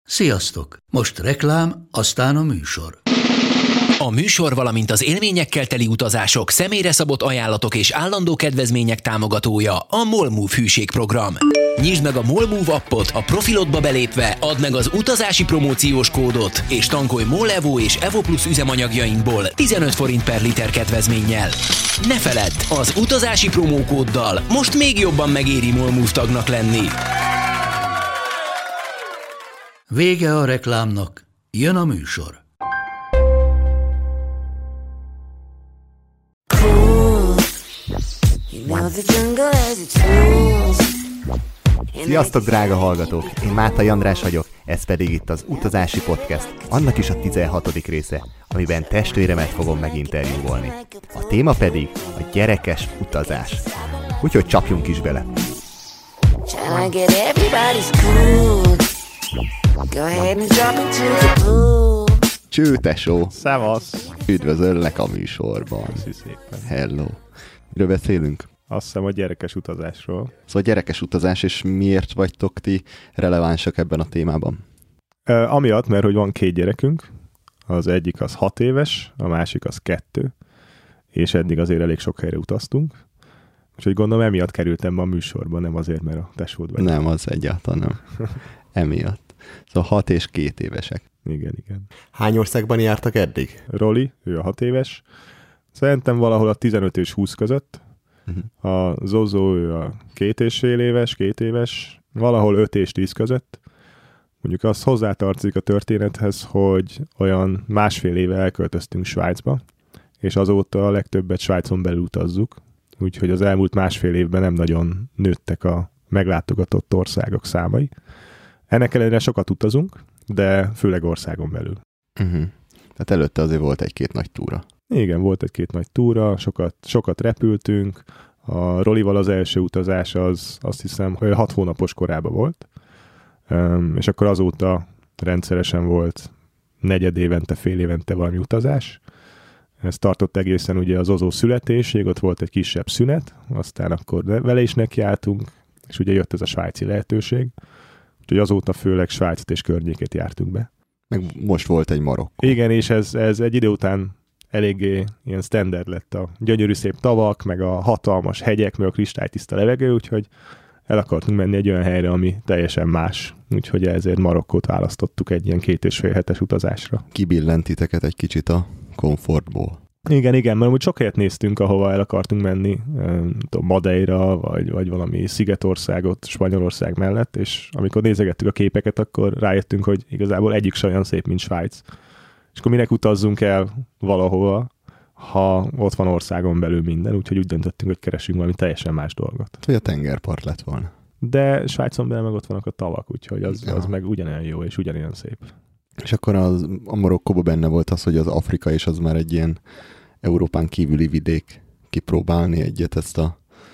Sziasztok! Most reklám, aztán a műsor. A műsor, valamint az élményekkel teli utazások, személyre szabott ajánlatok és állandó kedvezmények támogatója a MOL Move hűségprogram. Nyisd meg a MOL Move appot, a profilodba belépve, add meg az utazási promóciós kódot, és tankolj MOL Evo és Evo Plus üzemanyagjainkból 15 forint per liter kedvezménnyel. Ne feledd, az utazási promókóddal most még jobban megéri MOL Move tagnak lenni. Vége a reklámnak, jön a műsor. Sziasztok, drága hallgatók! Én Mátai András vagyok, ez pedig itt az Utazási Podcast, annak is a 16. része, amiben testvéremet fogom meginterjúvolni. A téma pedig a gyerekes utazás. Úgyhogy csapjunk is bele! Cső, tesó! Szevasz! Üdvözöllek a műsorban! Köszi szépen! Hello! Miről beszélünk? Azt hiszem a gyerekes utazásról. Szóval gyerekes utazás, és miért vagytok ti relevánsak ebben a témában? Amiatt, mert hogy van 2 gyerekünk, az egyik az 6 éves, a másik az 2, és eddig azért elég sok helyre utaztunk. Úgyhogy gondolom emiatt kerültem be a műsorba, nem azért, mert a tesód vagy. Nem, az egyáltalán nem. Emiatt. Szóval 6 és 2 évesek. Igen. Hány országban jártak eddig? Roli, ő a 6 éves. Szerintem valahol a 15 és 20 között. A Zozó, ő a 2,5 éves, valahol 5 és 10 között. Mondjuk az hozzátartozik a történethez, hogy olyan 1,5 éve elköltöztünk Svájcba, és azóta a legtöbbet Svájcon belül utazzuk, úgyhogy az elmúlt 1,5 évben nem nagyon nőttek a meglátogatott országok számai. Ennek ellenére sokat utazunk, de főleg országon belül. Tehát előtte azért volt 1-2 nagy túra. Igen, volt 1-2 nagy túra, sokat repültünk. A Rolival az első utazás az azt hiszem, hogy 6 hónapos korában volt, és akkor azóta rendszeresen volt negyed évente, fél évente valami utazás. Ez tartott egészen ugye az Ozó születésig, ott volt egy kisebb szünet, aztán akkor vele is nekiálltunk, és ugye jött ez a svájci lehetőség, úgyhogy azóta főleg Svájcot és környékét jártunk be. Meg most volt egy Marokkó. Igen, és ez egy idő után eléggé ilyen standard lett a gyönyörű szép tavak, meg a hatalmas hegyek, meg a kristálytiszta levegő, úgyhogy el akartunk menni egy olyan helyre, ami teljesen más. Úgyhogy ezért Marokkót választottuk egy ilyen 2,5 hetes utazásra. Kibillentiteket egy kicsit a komfortból. Igen, mert úgy sok helyet néztünk, ahova el akartunk menni, Madeira, vagy valami szigetországot Spanyolország mellett, és amikor nézegettük a képeket, akkor rájöttünk, hogy igazából egyik se olyan szép, mint Svájc. És akkor minek utazzunk el valahova, ha ott van országon belül minden, úgyhogy úgy döntöttünk, hogy keresünk valami teljesen más dolgot. Hogy a tengerpart lett volna. De Svájcon belül meg ott vannak a tavak, úgyhogy az meg ugyanolyan jó és ugyanolyan szép. És akkor a Marokkóban benne volt az, hogy az Afrika és az már egy ilyen Európán kívüli vidék, kipróbálni ezt a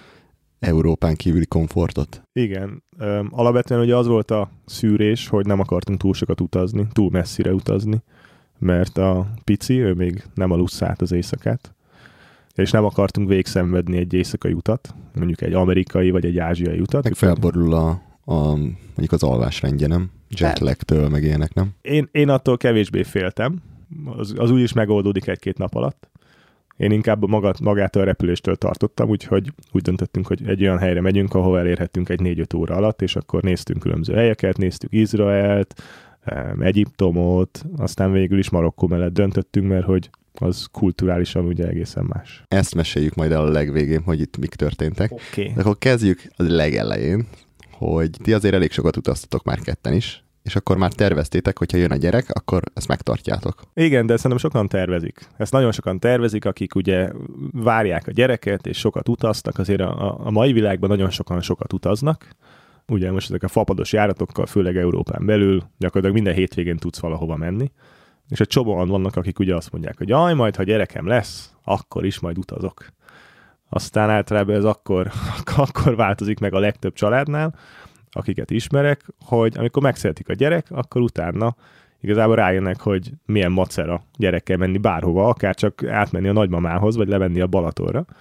Európán kívüli komfortot. Igen. Alapvetően ugye az volt a szűrés, hogy nem akartunk túl sokat utazni, túl messzire utazni, mert a pici, ő még nem alussza át az éjszakát, és nem akartunk végszenvedni egy éjszakai utat, mondjuk egy amerikai vagy egy ázsiai utat. Meg felborul mondjuk az alvásrendje, nem? Jetlagtől, meg ilyenek, nem? Én attól kevésbé féltem. Az úgy is megoldódik 1-2 nap alatt. Én inkább magától a repüléstől tartottam, úgyhogy úgy döntöttünk, hogy egy olyan helyre megyünk, ahol elérhetünk egy 4-5 óra alatt, és akkor néztünk különböző helyeket, néztük Izraelt, Egyiptomot, aztán végül is Marokkó mellett döntöttünk, mert hogy az kulturálisan ugye egészen más. Ezt meséljük majd el a legvégén, hogy itt mik történtek. Okay. De akkor kezdjük a legelején, hogy ti azért elég sokat utaztatok már ketten is, és akkor már terveztétek, hogyha jön a gyerek, akkor ezt megtartjátok. Igen, de szerintem sokan tervezik. Ezt nagyon sokan tervezik, akik ugye várják a gyereket, és sokat utaztak. Azért a mai világban nagyon sokat utaznak. Ugye most ezek a fapados járatokkal, főleg Európán belül, gyakorlatilag minden hétvégén tudsz valahova menni. És egy csomóan vannak, akik ugye azt mondják, hogy jaj, majd ha gyerekem lesz, akkor is majd utazok. Aztán általában ez akkor változik meg a legtöbb családnál, akiket ismerek, hogy amikor megszületik a gyerek, akkor utána igazából rájönnek, hogy milyen macera gyerekkel menni bárhova, akár csak átmenni a nagymamához, vagy lemenni a Balatonra.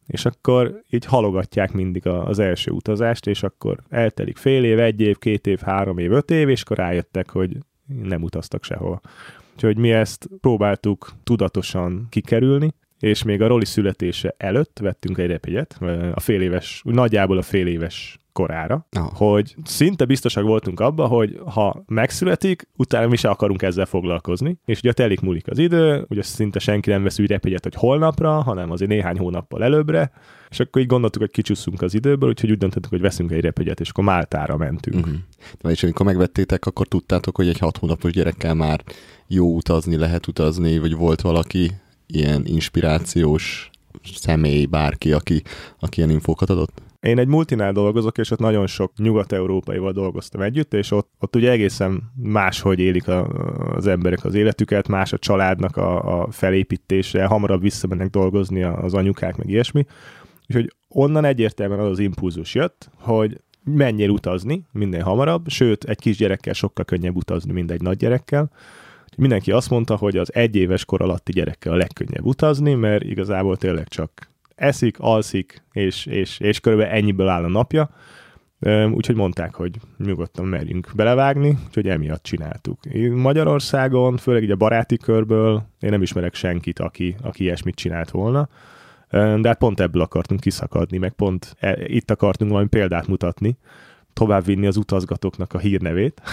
és akkor így halogatják mindig az első utazást, és akkor eltelik fél év, 1 év, 2 év, 3 év, 5 év, és akkor rájöttek, hogy nem utaztak sehova. Úgyhogy mi ezt próbáltuk tudatosan kikerülni, és még a Roli születése előtt vettünk egy repjegyet, nagyjából a fél éves korára, hogy szinte biztosak voltunk abban, hogy ha megszületik, utána mi se akarunk ezzel foglalkozni, és ugye telik múlik az idő, ugye szinte senki nem vesz úgy repjegyet, hogy holnapra, hanem azért néhány hónappal előbbre, és akkor így gondoltuk, hogy kicsusszunk az időből, úgyhogy úgy döntöttük, hogy veszünk egy repjegyet, és akkor Máltára mentünk. És amikor megvettétek, akkor tudtátok, hogy egy 6 hónapos gyerekkel már jó utazni, lehet utazni, vagy volt valaki ilyen inspirációs személy, bárki, aki ilyen infókat adott? Én egy multinál dolgozok, és ott nagyon sok nyugat-európaival dolgoztam együtt, és ott ugye egészen máshogy élik az emberek az életüket, más a családnak a felépítése, hamarabb visszamennek dolgozni az anyukák, meg ilyesmi. Úgyhogy onnan egyértelműen az impulzus jött, hogy menjél utazni minél hamarabb, sőt, egy kisgyerekkel sokkal könnyebb utazni, mint egy nagy gyerekkel. Mindenki azt mondta, hogy az 1 éves kor alatti gyerekkel a legkönnyebb utazni, mert igazából tényleg csak eszik, alszik, és körülbelül ennyiből áll a napja. Úgyhogy mondták, hogy nyugodtan merjünk belevágni, úgyhogy emiatt csináltuk. Magyarországon, főleg így a baráti körből én nem ismerek senkit, aki ilyesmit csinált volna, de hát pont ebből akartunk kiszakadni, meg pont itt akartunk valami példát mutatni, továbbvinni az utazgatóknak a hírnevét,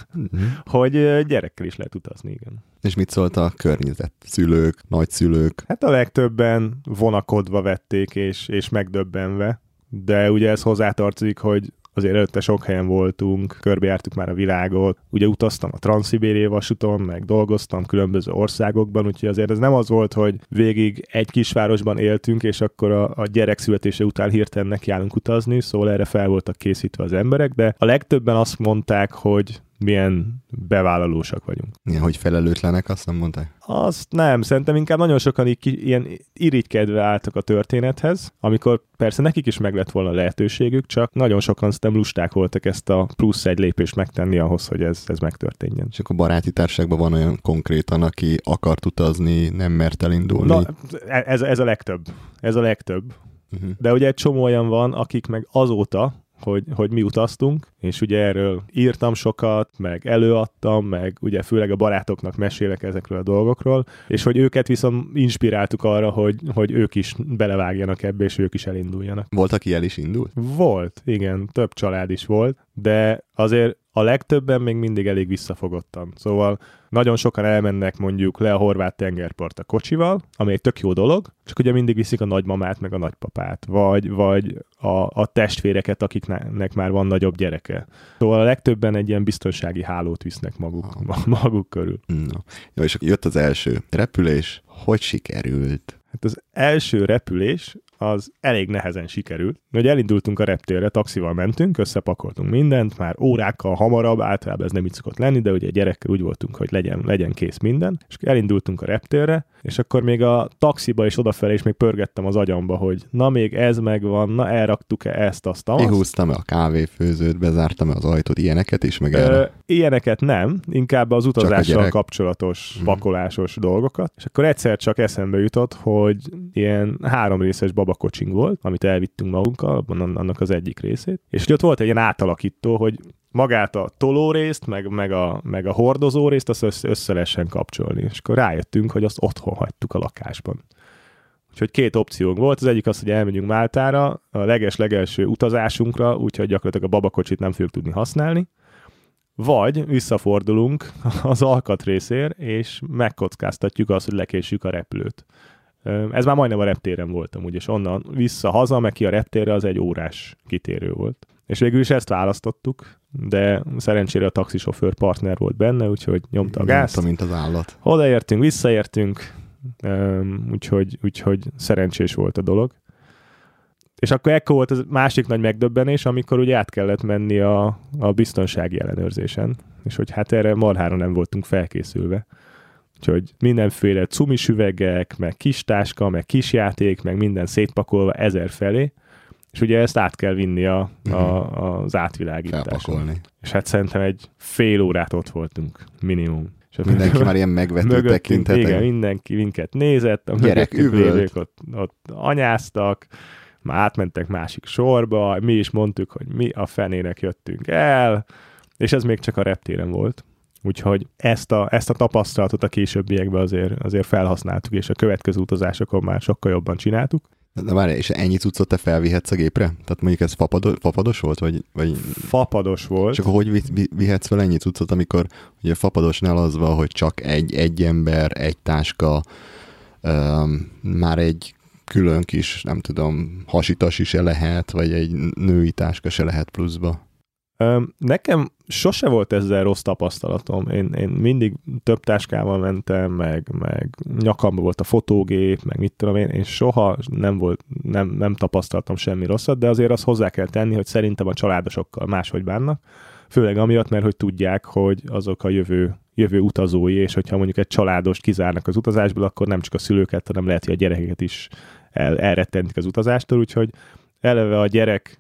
hogy gyerekkel is lehet utazni, igen. És mit szólt a környezet? Szülők, nagyszülők? Hát a legtöbben vonakodva vették, és megdöbbenve, de ugye ez hozzátartozik, hogy azért előtte sok helyen voltunk, körbejártuk már a világot, ugye utaztam a Transzszibériai vasúton, meg dolgoztam különböző országokban, úgyhogy azért ez nem az volt, hogy végig egy kisvárosban éltünk, és akkor a gyerek születése után hirtelen nekiállunk utazni, szóval erre fel voltak készítve az emberek, de a legtöbben azt mondták, hogy milyen bevállalósak vagyunk. Igen, hogy felelőtlenek, azt nem mondták? Azt nem, szerintem inkább nagyon sokan ilyen irigykedve álltak a történethez, amikor persze nekik is meg lett volna lehetőségük, csak nagyon sokan szerintem lusták voltak ezt a plusz egy lépést megtenni ahhoz, hogy ez megtörténjen. És akkor baráti társaságban van olyan konkrétan, aki akart utazni, nem mert elindulni? Na, ez a legtöbb. Ez a legtöbb. De ugye egy csomó olyan van, akik meg azóta, hogy mi utaztunk, és ugye erről írtam sokat, meg előadtam, meg ugye főleg a barátoknak mesélek ezekről a dolgokról, és hogy őket viszont inspiráltuk arra, hogy ők is belevágjanak ebbe, és ők is elinduljanak. Volt, aki el is indult? Volt, igen, több család is volt, de azért a legtöbben még mindig elég visszafogottan. Szóval nagyon sokan elmennek mondjuk le a horvát tengerpartra kocsival, ami egy tök jó dolog, csak ugye mindig viszik a nagymamát meg a nagypapát, vagy a testvéreket, akiknek már van nagyobb gyereke. Szóval a legtöbben egy ilyen biztonsági hálót visznek maguk körül. No. Jó, és jött az első repülés. Hogy sikerült? Hát az első repülés az elég nehezen sikerült. Ugye elindultunk a reptérre, taxival mentünk, összepakoltunk mindent, már órákkal hamarabb, általában ez nem így szokott lenni, de ugye gyerekkel úgy voltunk, hogy legyen kész minden, és elindultunk a reptérre, és akkor még a taxiba és odafelé is még pörgettem az agyamba, hogy na még ez megvan, na elraktuk-e ezt, azt, azt. Kihúztam-e a kávéfőzőt, bezártam-e az ajtót, ilyeneket is, meg erre? Ilyeneket nem, inkább az utazással kapcsolatos, pakolásos dolgokat, és akkor egyszer csak eszembe jutott, hogy ilyen 3 részes babakocsink volt, amit elvittünk magunkkal, annak az egyik részét, és ott volt egy ilyen átalakító, hogy magát a tolórészt, meg a hordozó részt, azt össze lehessen kapcsolni. És akkor rájöttünk, hogy azt otthon hagytuk a lakásban. Úgyhogy 2 opciónk volt. Az egyik az, hogy elmegyünk Máltára, a legelső utazásunkra, úgyhogy gyakorlatilag a babakocsit nem fogjuk tudni használni. Vagy visszafordulunk az alkatrészért, és megkockáztatjuk azt, hogy lekéssük a repülőt. Ez már majdnem a reptéren voltam, és onnan vissza-haza, meg ki a reptérre, az egy órás kitérő volt. És végül is ezt választottuk, de szerencsére a taxisofőr partner volt benne, úgyhogy nyomta a gázt. Nyomta, mint az állat. Odaértünk, visszaértünk, úgyhogy szerencsés volt a dolog. És akkor ekkor volt az másik nagy megdöbbenés, amikor ugye át kellett menni a biztonsági ellenőrzésen, és hogy hát erre marhára nem voltunk felkészülve. Úgyhogy mindenféle cumis üvegek, meg kis táska, meg kis játék, meg minden szétpakolva 1000 felé, és ugye ezt át kell vinni az átvilágításon. Felpakolni. És hát szerintem egy fél órát ott voltunk, minimum. És mindenki már ilyen megvető tekintetek. Igen, mindenki minket nézett, a gyerek lévők ott anyáztak, már átmentek másik sorba, mi is mondtuk, hogy mi a fenének jöttünk el, és ez még csak a reptéren volt. Úgyhogy ezt a tapasztalatot a későbbiekben azért felhasználtuk, és a következő utazásokon már sokkal jobban csináltuk. De várj, és ennyi cuccot te felvihetsz a gépre? Tehát mondjuk ez fapados volt? Vagy... Fapados volt. Csak hogy vihetsz fel ennyi cuccot, amikor ugye fapadosnál az van, hogy csak egy ember, egy táska, már egy külön kis, nem tudom, hasitasi se lehet, vagy egy női táska se lehet pluszba. Nekem sose volt ezzel rossz tapasztalatom. Én mindig több táskával mentem, meg nyakamban volt a fotógép, meg mit tudom én soha nem tapasztaltam semmi rosszat, de azért azt hozzá kell tenni, hogy szerintem a családosokkal máshogy bánnak, főleg amiatt, mert hogy tudják, hogy azok a jövő utazói, és hogyha mondjuk egy családost kizárnak az utazásból, akkor nem csak a szülőket, hanem lehet, hogy a gyerekeket is elrettentik az utazástól, úgyhogy eleve a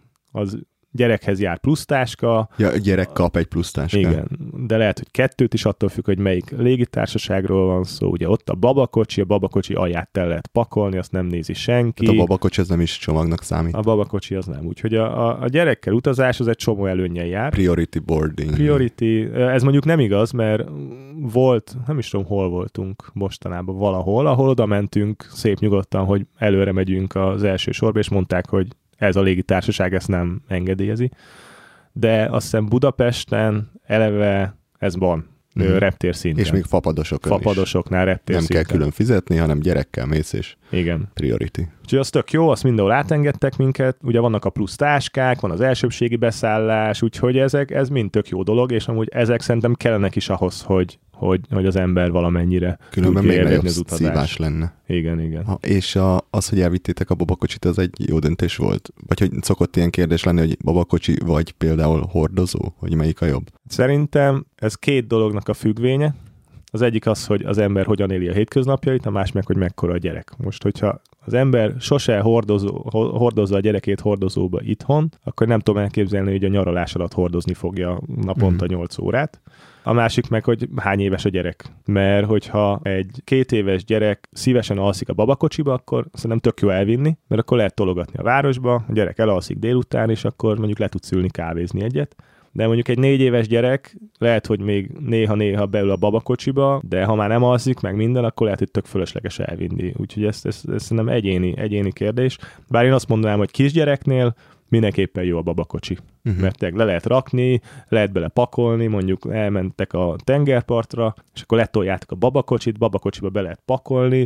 gyerekhez jár plusztáska. Ja, a gyerek kap egy plusztáskát. Igen, de lehet, hogy 2 is attól függ, hogy melyik légitársaságról van szó. Ugye ott a babakocsi alját el lehet pakolni, azt nem nézi senki. Hát a babakocsi az nem is csomagnak számít. A babakocsi az nem. Úgyhogy a gyerekkel utazás az egy csomó előnnyel jár. Priority boarding. Ez mondjuk nem igaz, mert volt, nem is tudom, hol voltunk mostanában valahol, ahol oda mentünk szép nyugodtan, hogy előre megyünk az első sorba, és mondták, hogy ez a légitársaság ezt nem engedélyezi. De azt hiszem Budapesten eleve ez van, reptér szinten. És még fapadosoknál reptér nem szinten. kell külön fizetni, hanem gyerekkel mész, és igen. Priority. Úgyhogy az tök jó, azt mindenhol átengedtek minket, ugye vannak a plusz táskák, van az elsőbségi beszállás, úgyhogy ez mind tök jó dolog, és amúgy ezek szerintem kellenek is ahhoz, hogy az ember valamennyire különben még nagyobb szívás lenne. Igen. És az, hogy elvittétek a babakocsit, az egy jó döntés volt? Vagy hogy szokott ilyen kérdés lenni, hogy babakocsi vagy például hordozó? Hogy melyik a jobb? Szerintem ez 2 dolognak a függvénye. Az egyik az, hogy az ember hogyan éli a hétköznapjait, a másik meg, hogy mekkora a gyerek. Most, hogyha az ember sose hordozza a gyerekét hordozóba itthon, akkor nem tudom elképzelni, hogy a nyaralás alatt hordozni fogja naponta 8 órát. A másik meg, hogy hány éves a gyerek. Mert hogyha egy 2 éves gyerek szívesen alszik a babakocsiba, akkor szerintem tök jó elvinni, mert akkor lehet tologatni a városba, a gyerek elalszik délután, és akkor mondjuk le tudsz ülni kávézni egyet. De mondjuk egy 4 éves gyerek lehet, hogy még néha beül a babakocsiba, de ha már nem alszik, meg minden, akkor lehet, hogy tök fölösleges elvinni. Úgyhogy ez szerintem egyéni kérdés. Bár én azt mondanám, hogy kisgyereknél mindenképpen jó a babakocsi. Mert le lehet rakni, lehet bele pakolni, mondjuk elmentek a tengerpartra, és akkor letoljátok a babakocsiba be lehet pakolni.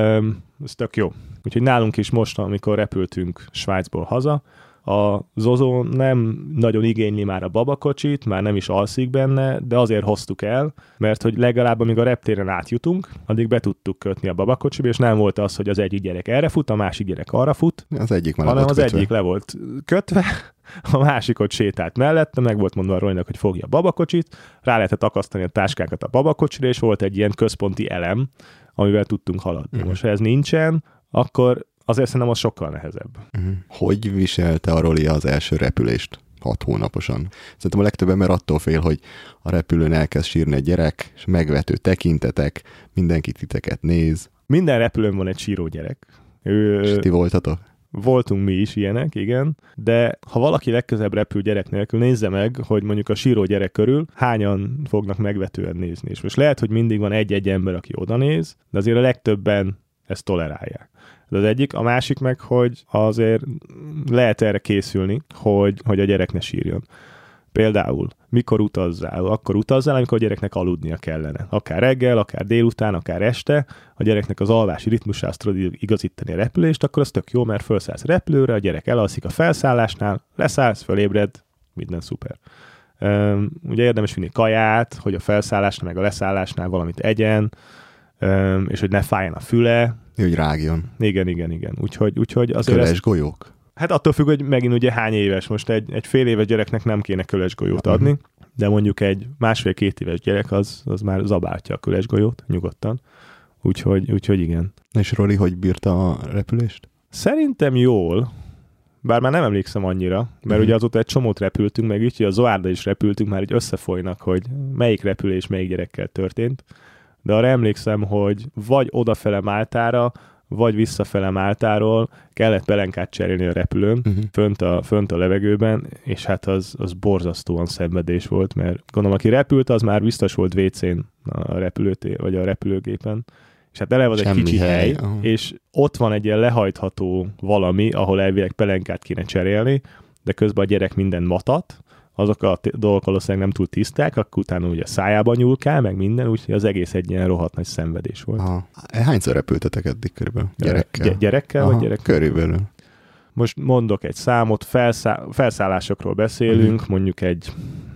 Ez tök jó. Úgyhogy nálunk is most, amikor repültünk Svájcból haza, a Zozó nem nagyon igényli már a babakocsit, már nem is alszik benne, de azért hoztuk el, mert hogy legalább amíg a reptéren átjutunk, addig be tudtuk kötni a babakocsiba, és nem volt az, hogy az egyik gyerek erre fut, a másik gyerek arra fut, az egyik már hanem az egyik le volt kötve, a másik ott sétált mellette, meg volt mondva a Roninak, hogy fogja a babakocsit, rá lehetett akasztani a táskákat a babakocsira, és volt egy ilyen központi elem, amivel tudtunk haladni. Most, ha ez nincsen, akkor azért szerintem az sokkal nehezebb. Hogy viselte a Roli az első repülést 6 hónaposan? Szerintem a legtöbb ember attól fél, hogy a repülőn elkezd sírni egy gyerek, és megvető tekintetek, mindenki titeket néz. Minden repülőn van egy síró gyerek. És ti voltatok? Voltunk mi is ilyenek, igen, de ha valaki legközelebb repül gyerek nélkül, nézze meg, hogy mondjuk a síró gyerek körül hányan fognak megvetően nézni. És most lehet, hogy mindig van egy-egy ember, aki oda néz, de azért a legtöbben ezt tolerálják. Ez az egyik. A másik meg, hogy azért lehet erre készülni, hogy a gyerek ne sírjon. Például, mikor utazzál? Akkor utazzál, amikor a gyereknek aludnia kellene. Akár reggel, akár délután, akár este, a gyereknek az alvási ritmusához tudod igazítani a repülést, akkor az tök jó, mert felszállsz a repülőre, a gyerek elalszik a felszállásnál, leszállsz, fölébred, minden szuper. Ugye érdemes vinni kaját, hogy a felszállásnál, meg a leszállásnál valamit egyen, és hogy ne fájjon a füle. Hogy rágjon. Igen. Úgyhogy azért köles golyók? Hát attól függ, hogy megint ugye hány éves. Most egy fél éves gyereknek nem kéne köles golyót adni, de mondjuk egy 1,5-2 éves gyerek az már zabáltja a köles golyót nyugodtan. Úgyhogy igen. És Roli, hogy bírta a repülést? Szerintem jól. bár már nem emlékszem annyira, mert ugye azóta egy csomót repültünk, meg így, hogy a Zoárda is repültünk, már így összefolynak, hogy melyik repülés melyik gyerekkel történt. De arra emlékszem, hogy vagy odafele Máltára, vagy visszafele Máltáról kellett pelenkát cserélni a repülőn, fönt a levegőben, és hát az borzasztóan szenvedés volt, mert gondolom, aki repült, az már biztos volt WC-n a vagy a repülőgépen. És hát eleve az egy kicsi hely, és ott van egy ilyen lehajtható valami, ahol elvileg pelenkát kéne cserélni, de közben a gyerek minden matat, azok a dolgok valószínűleg nem túl tiszták, akkor utána ugye szájában nyúlkál, meg minden, úgyhogy az egész egy ilyen rohadt nagy szenvedés volt. Aha. Hányszor repültetek eddig körülbelül? Gyerekkel? Gyerekkel vagy gyerekkel? Körülbelül. Most mondok egy számot, felszállásokról beszélünk, mondjuk egy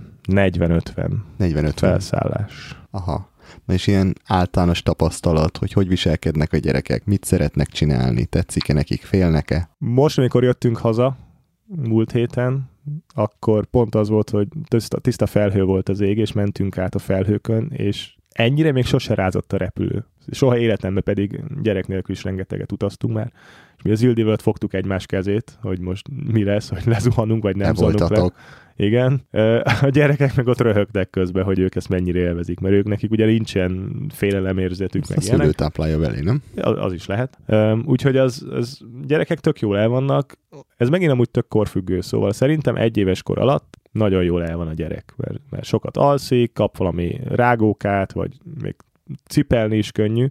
40-50 felszállás. Aha. Na és ilyen általános tapasztalat, hogy viselkednek a gyerekek, mit szeretnek csinálni, tetszik-e nekik, félnek-e? Most, amikor jöttünk haza, múlt héten, akkor pont az volt, hogy tiszta felhő volt az ég, és mentünk át a felhőkön, és ennyire még sose rázott a repülő. Soha életemben pedig gyerek nélkül is rengeteget utaztunk már. És mi az Ildivel fogtuk egymás kezét, hogy most mi lesz, hogy lezuhanunk, vagy nem zuhanunk le. Igen. A gyerekek meg ott röhögtek közben, hogy ők ezt mennyire élvezik, mert ők nekik ugye nincsen félelemérzetük, meg ilyenek. A szülő táplálja belé, nem? Az is lehet. Úgyhogy az gyerekek tök jól el vannak. Ez megint amúgy tök korfüggő, szóval szerintem 1 éves kor alatt nagyon jól el van a gyerek, mert sokat alszik, kap valami rágókát, vagy még cipelni is könnyű,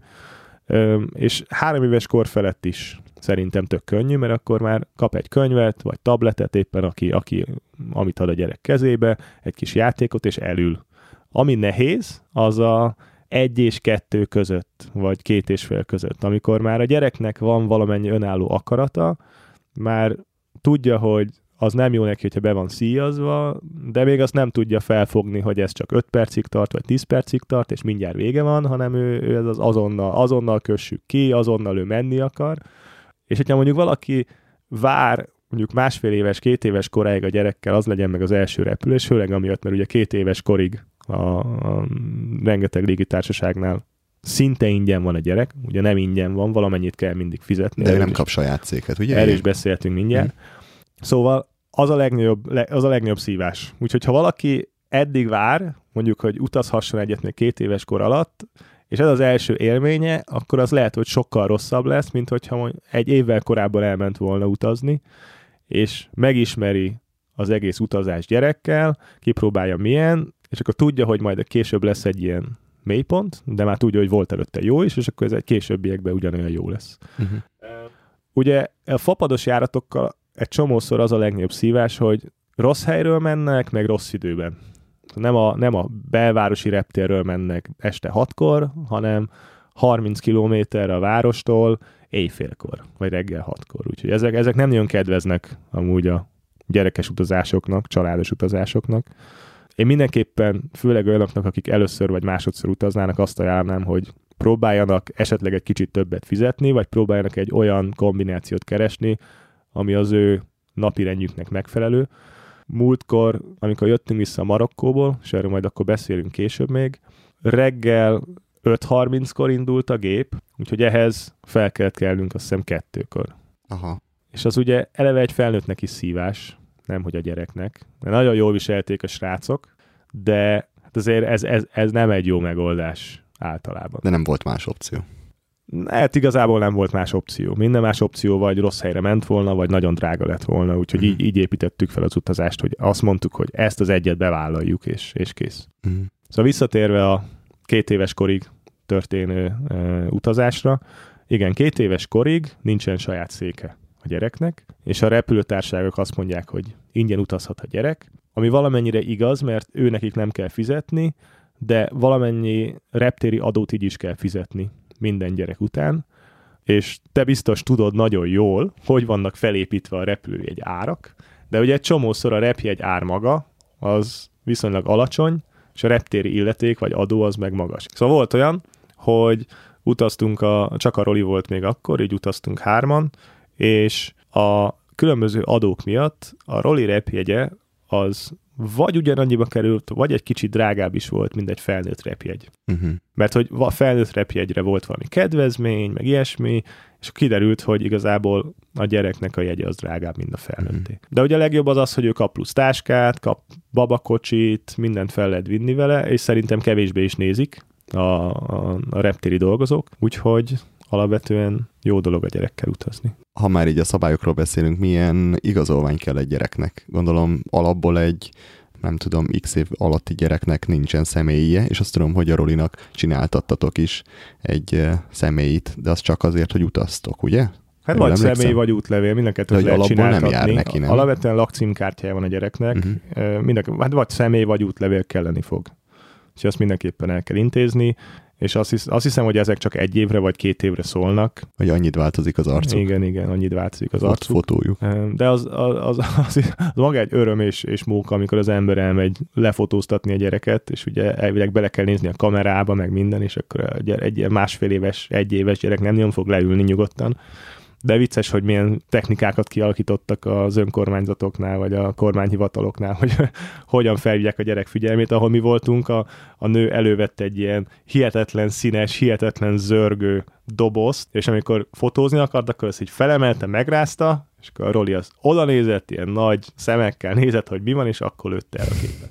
és 3 éves kor felett is szerintem tök könnyű, mert akkor már kap egy könyvet, vagy tabletet éppen, amit ad a gyerek kezébe, egy kis játékot, és elül. Ami nehéz, az a 1 és 2 között, vagy 2 és fél között, amikor már a gyereknek van valamennyi önálló akarata, már tudja, hogy az nem jó neki, hogyha be van szíjazva, de még azt nem tudja felfogni, hogy ez csak 5 percig tart, vagy 10 percig tart, és mindjárt vége van, hanem ő ez az azonnal kössük ki, azonnal ő menni akar. És hogyha mondjuk valaki vár mondjuk 1,5 éves, 2 éves koráig a gyerekkel, az legyen meg az első repülés, főleg amiatt, mert ugye 2 éves korig a rengeteg légitársaságnál szinte ingyen van a gyerek, ugye nem ingyen van, valamennyit kell mindig fizetni. De ő nem kap saját széket, ugye? Erről is beszéltünk mindjárt. Szóval az a legnagyobb szívás. Úgyhogy ha valaki eddig vár, mondjuk, hogy utazhasson egyet még 2 éves kor alatt, és ez az első élménye, akkor az lehet, hogy sokkal rosszabb lesz, mint hogyha 1 évvel korábban elment volna utazni, és megismeri az egész utazás gyerekkel, kipróbálja milyen, és akkor tudja, hogy majd később lesz egy ilyen mélypont, de már tudja, hogy volt előtte jó is, és akkor ez egy későbbiekben ugyanolyan jó lesz. Ugye a fapados járatokkal egy csomószor az a legnagyobb szívás, hogy rossz helyről mennek, meg rossz időben. Nem a belvárosi reptérről mennek este 6-kor, hanem 30 kilométerre a várostól éjfélkor, vagy reggel 6-kor. Úgyhogy ezek nem nagyon kedveznek amúgy a gyerekes utazásoknak, családos utazásoknak. Én mindenképpen, főleg olyanoknak, akik először vagy másodszor utaznának, azt ajánlnám, hogy próbáljanak esetleg egy kicsit többet fizetni, vagy próbáljanak egy olyan kombinációt keresni, ami az ő napirendjüknek megfelelő. Múltkor, amikor jöttünk vissza Marokkóból, és erről majd akkor beszélünk később még, reggel 5:30-kor indult a gép, úgyhogy ehhez fel kellett kelnünk azt hiszem 2-kor. Aha. És az ugye eleve egy felnőttnek is szívás, nemhogy a gyereknek. De nagyon jól viselték a srácok, de hát azért ez nem egy jó megoldás általában. De nem volt más opció. Hát igazából nem volt más opció. Minden más opció vagy rossz helyre ment volna, vagy nagyon drága lett volna, úgyhogy így építettük fel az utazást, hogy azt mondtuk, hogy ezt az egyet bevállaljuk, és kész. Szóval visszatérve a 2 éves korig történő utazásra, igen, 2 éves korig nincsen saját széke a gyereknek, és a repülőtársaságok azt mondják, hogy ingyen utazhat a gyerek, ami valamennyire igaz, mert ő nekik nem kell fizetni, de valamennyi reptéri adót így is kell fizetni minden gyerek után, és te biztos tudod nagyon jól, hogy vannak felépítve a repülőjegy árak, de ugye egy csomószor a repjegy ár maga az viszonylag alacsony, és a reptéri illeték vagy adó az meg magas. Szóval volt olyan, hogy utaztunk, csak a Roli volt még akkor, így utaztunk 3-an, és a különböző adók miatt a Roli repjegye az vagy ugyanannyiba került, vagy egy kicsit drágább is volt, mint egy felnőtt repjegy. Mert hogy a felnőtt repjegyre volt valami kedvezmény, meg ilyesmi, és kiderült, hogy igazából a gyereknek a jegye az drágább, mint a felnőtté. De ugye a legjobb az, hogy ő kap plusz táskát, kap babakocsit, mindent fel lehet vinni vele, és szerintem kevésbé is nézik a reptéri dolgozók, úgyhogy alapvetően jó dolog a gyerekkel utazni. Ha már így a szabályokról beszélünk, milyen igazolvány kell egy gyereknek? Gondolom alapból egy, nem tudom, x év alatti gyereknek nincsen személyie, és azt tudom, hogy a Rolinak csináltattatok is egy személyit, de az csak azért, hogy utaztok, ugye? Hát vagy személy, vagy útlevél, mind a kettőt lehet csináltatni. Nem jár neki, nem? Alapvetően lakcímkártyája van a gyereknek, hát vagy személy, vagy útlevél kelleni fog. Úgyhogy azt mindenképpen el kell intézni, és azt hiszem, hogy ezek csak 1 évre vagy 2 évre szólnak. Hogy annyit változik az arcuk. Igen, annyit változik az arcuk. Fotójuk. De az maga egy öröm és móka, amikor az ember elmegy lefotóztatni a gyereket, és ugye elvileg bele kell nézni a kamerába, meg minden, és akkor egy ilyen 1,5 éves, 1 éves gyerek nem nagyon fog leülni nyugodtan. De vicces, hogy milyen technikákat kialakítottak az önkormányzatoknál, vagy a kormányhivataloknál, hogy hogyan felhívják a gyerek figyelmét. Ahol mi voltunk, a nő elővett egy ilyen hihetetlen színes, hihetetlen zörgő dobozt, és amikor fotózni akart, akkor azt így felemelte, megrázta, és akkor a Roli az oda nézett, ilyen nagy szemekkel nézett, hogy mi van, és akkor lőtte el a képet.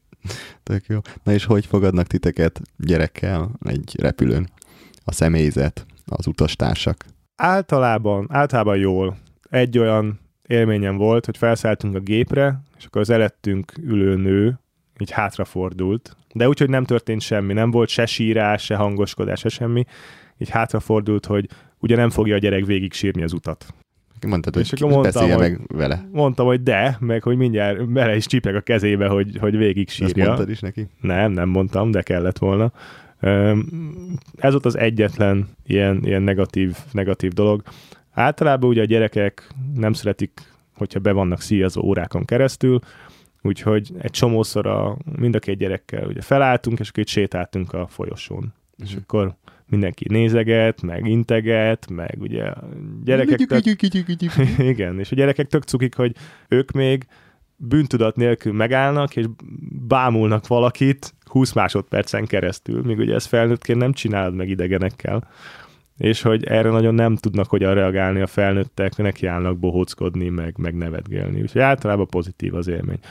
Tök jó. Na és hogy fogadnak titeket gyerekkel egy repülőn? A személyzet, az utastársak? Általában jól. Egy olyan élményem volt, hogy felszálltunk a gépre, és akkor az elettünk ülő nő így hátrafordult. De úgy, hogy nem történt semmi, nem volt se sírás, se hangoskodás, se semmi. Így hátrafordult, hogy ugye nem fogja a gyerek végig sírni az utat. Mondtad, hogy beszélje meg vele. Mondtam, hogy meg hogy mindjárt bele is csípek a kezébe, hogy végig sírja. Ezt mondtad is neki? Nem mondtam, de kellett volna. Ez ott az egyetlen ilyen negatív dolog. Általában ugye a gyerekek nem szeretik, hogyha be vannak szíjazva órákon keresztül, úgyhogy egy csomószor mind a 2 gyerekkel ugye felálltunk, és akkor itt sétáltunk a folyosón. És akkor mindenki nézeget, meg integet, meg ugye a gyerekek igen, és a gyerekek tök cukik, hogy ők még bűntudat nélkül megállnak, és bámulnak valakit 20 másodpercen keresztül, míg ugye ezt felnőttként nem csinálod meg idegenekkel, és hogy erre nagyon nem tudnak hogyan reagálni a felnőttek, nekiállnak bohóckodni, meg nevetgélni. Úgyhogy általában pozitív az élmény.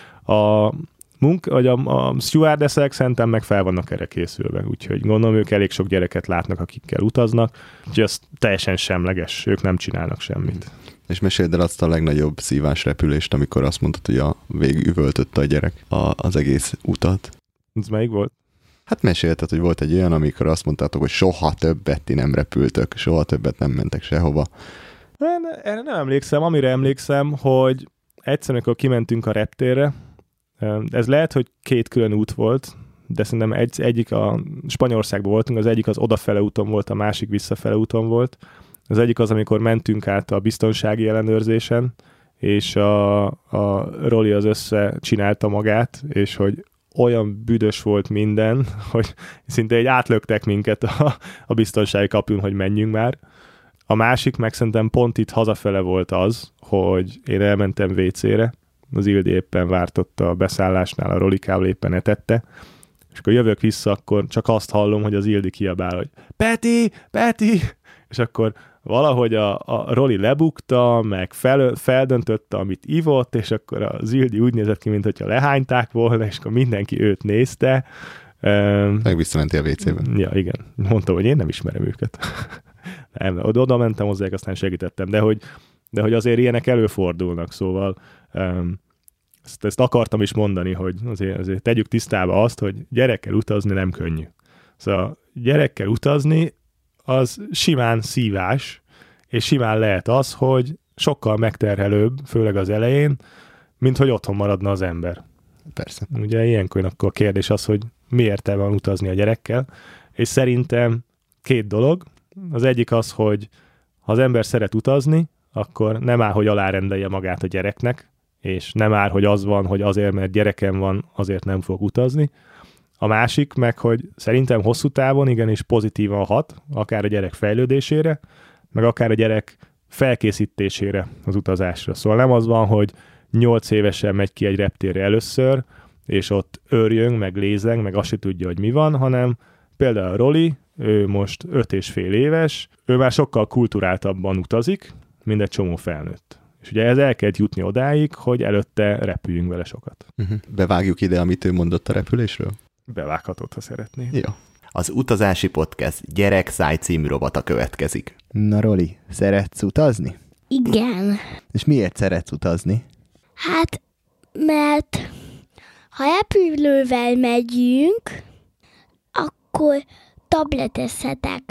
A stewardessek szerintem meg fel vannak erre készülve, úgyhogy gondolom ők elég sok gyereket látnak, akikkel utaznak, úgyhogy az teljesen semleges, ők nem csinálnak semmit. És meséld el azt a legnagyobb szívásrepülést, amikor azt mondtad, hogy végig üvöltötte a gyerek az egész utat. Ez melyik volt? Hát mesélted, hogy volt egy olyan, amikor azt mondtátok, hogy soha többet ti nem repültök, soha többet nem mentek sehova. Erre nem emlékszem. Amire emlékszem, hogy egyszer, amikor kimentünk a reptérre, ez lehet, hogy 2 külön út volt, de szerintem egyik a Spanyolországban voltunk, az egyik az odafele úton volt, a másik visszafele úton volt. Az egyik az, amikor mentünk át a biztonsági ellenőrzésen, és a Roli az összecsinálta magát, és hogy olyan büdös volt minden, hogy szinte egy átlöktek minket a biztonsági kapun, hogy menjünk már. A másik meg szerintem pont itt hazafele volt az, hogy én elmentem WC-re, az Ildi éppen vártott a beszállásnál, a Rolikával éppen etette, és akkor jövök vissza, akkor csak azt hallom, hogy az Ildi kiabál, hogy Peti! És akkor valahogy a Roli lebukta, meg feldöntötte, amit ivott, és akkor az Ildi úgy nézett ki, mintha lehányták volna, és akkor mindenki őt nézte. Meg visszamentél a WC-be. Ja, igen. Mondtam, hogy én nem ismerem őket. Nem, oda mentem hozzájuk, aztán segítettem, de hogy azért ilyenek előfordulnak, szóval ezt akartam is mondani, hogy azért tegyük tisztába azt, hogy gyerekkel utazni nem könnyű. Szóval gyerekkel utazni az simán szívás, és simán lehet az, hogy sokkal megterhelőbb, főleg az elején, mint hogy otthon maradna az ember. Persze. Ugye ilyenkor akkor a kérdés az, hogy mi értelme van utazni a gyerekkel, és szerintem 2 dolog. Az egyik az, hogy ha az ember szeret utazni, akkor nem áll, hogy alárendelje magát a gyereknek, és nem áll, hogy az van, hogy azért, mert gyerekem van, azért nem fog utazni. A másik meg, hogy szerintem hosszú távon igenis pozitívan hat, akár a gyerek fejlődésére, meg akár a gyerek felkészítésére az utazásra. Szóval nem az van, hogy 8 évesen megy ki egy reptérre először, és ott őrjön, meg lézeng, meg azt se tudja, hogy mi van, hanem például a Roli, ő most 5,5 éves, ő már sokkal kulturáltabban utazik, mint egy csomó felnőtt. És ugye ez el kell jutni odáig, hogy előtte repüljünk vele sokat. Bevágjuk ide, amit ő mondott a repülésről? Bevághatod, ha szeretnéd. Jó. Az utazási podcast Gyerekszáj című rovata következik. Na Roli, szeretsz utazni? Igen. És miért szeretsz utazni? Hát, mert ha repülővel megyünk, akkor tabletezhetek.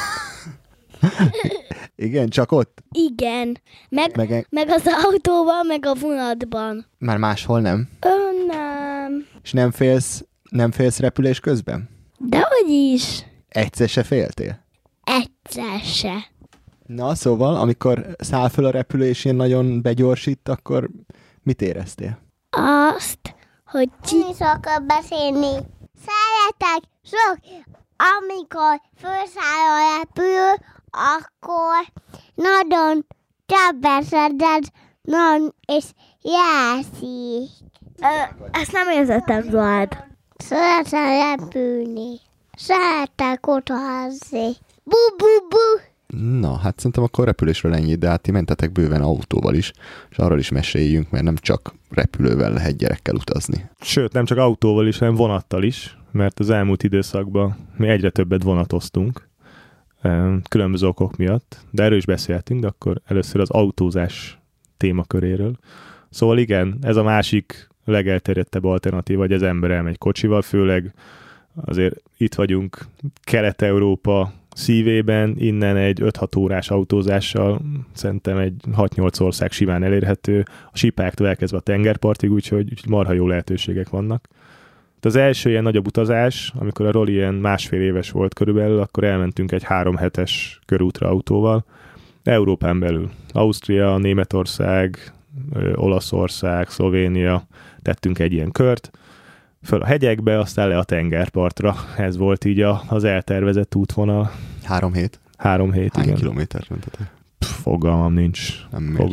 Igen, csak ott? Igen. Meg az autóban, meg a vonatban. Már máshol nem? Nem. És nem félsz repülés közben? Dehogy is. Egyszer se féltél? Egyszer se. Na, szóval, amikor száll föl a repülő és ilyen nagyon begyorsít, akkor mit éreztél? Azt, hogy szokott beszélni. Szeretek sok, amikor felszáll a repülő, akkor nagyon csebeszeded, és jelszik. Ezt nem érzettem, Zsolt. Szeretem repülni. Szeretek utazni. Bu-bu-bu. Na, hát szerintem akkor repülésről ennyi, de hát ti mentetek bőven autóval is, és arról is meséljünk, mert nem csak repülővel lehet gyerekkel utazni. Sőt, nem csak autóval is, hanem vonattal is, mert az elmúlt időszakban mi egyre többet vonatoztunk, különböző okok miatt, de erről is beszéltünk, de akkor először az autózás témaköréről. Szóval igen, ez a másik legelterjedtebb alternatíva, hogy az ember elmegy kocsival, főleg azért itt vagyunk Kelet-Európa szívében, innen egy 5-6 órás autózással szerintem egy 6-8 ország simán elérhető, a Sipáktól elkezdve a tengerpartig, úgyhogy marha jó lehetőségek vannak. Az első ilyen nagyobb utazás, amikor a Roli ilyen 1,5 éves volt körülbelül, akkor elmentünk egy 3 hetes körútra autóval, Európán belül. Ausztria, Németország, Olaszország, Szlovénia, tettünk egy ilyen kört, föl a hegyekbe, aztán le a tengerpartra. Ez volt így az eltervezett útvonal. 3 hét? 3 hét, Hány igen. kilométert mentetek? Fogalmam nincs.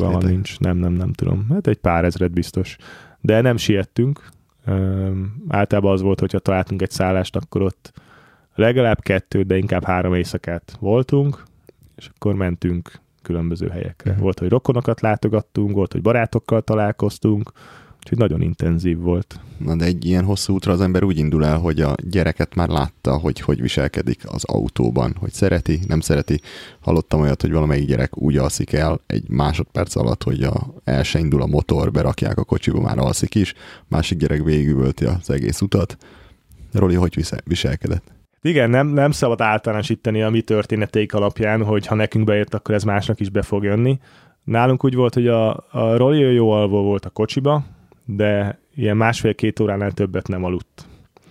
Nem tudom. Hát egy pár ezret biztos. De nem siettünk. Általában az volt, hogyha találtunk egy szállást, akkor ott legalább 2, de inkább 3 éjszakát voltunk, és akkor mentünk különböző helyekre. Volt, hogy rokonokat látogattunk, volt, hogy barátokkal találkoztunk, úgyhogy nagyon intenzív volt. Na de egy ilyen hosszú útra az ember úgy indul el, hogy a gyereket már látta, hogy viselkedik az autóban, hogy szereti, nem szereti. Hallottam olyat, hogy valamelyik gyerek úgy alszik el egy másodperc alatt, hogy el se indul a motor, berakják a kocsiba, már alszik is, másik gyerek végigüvölti az egész utat. Roli, hogy viselkedett? Igen, nem szabad általánosítani a mi történeteik alapján, hogy ha nekünk bejött, akkor ez másnak is be fog jönni. Nálunk úgy volt, hogy a Roli jó alvó volt a kocsiba, de ilyen 1,5-2 óránál többet nem aludt.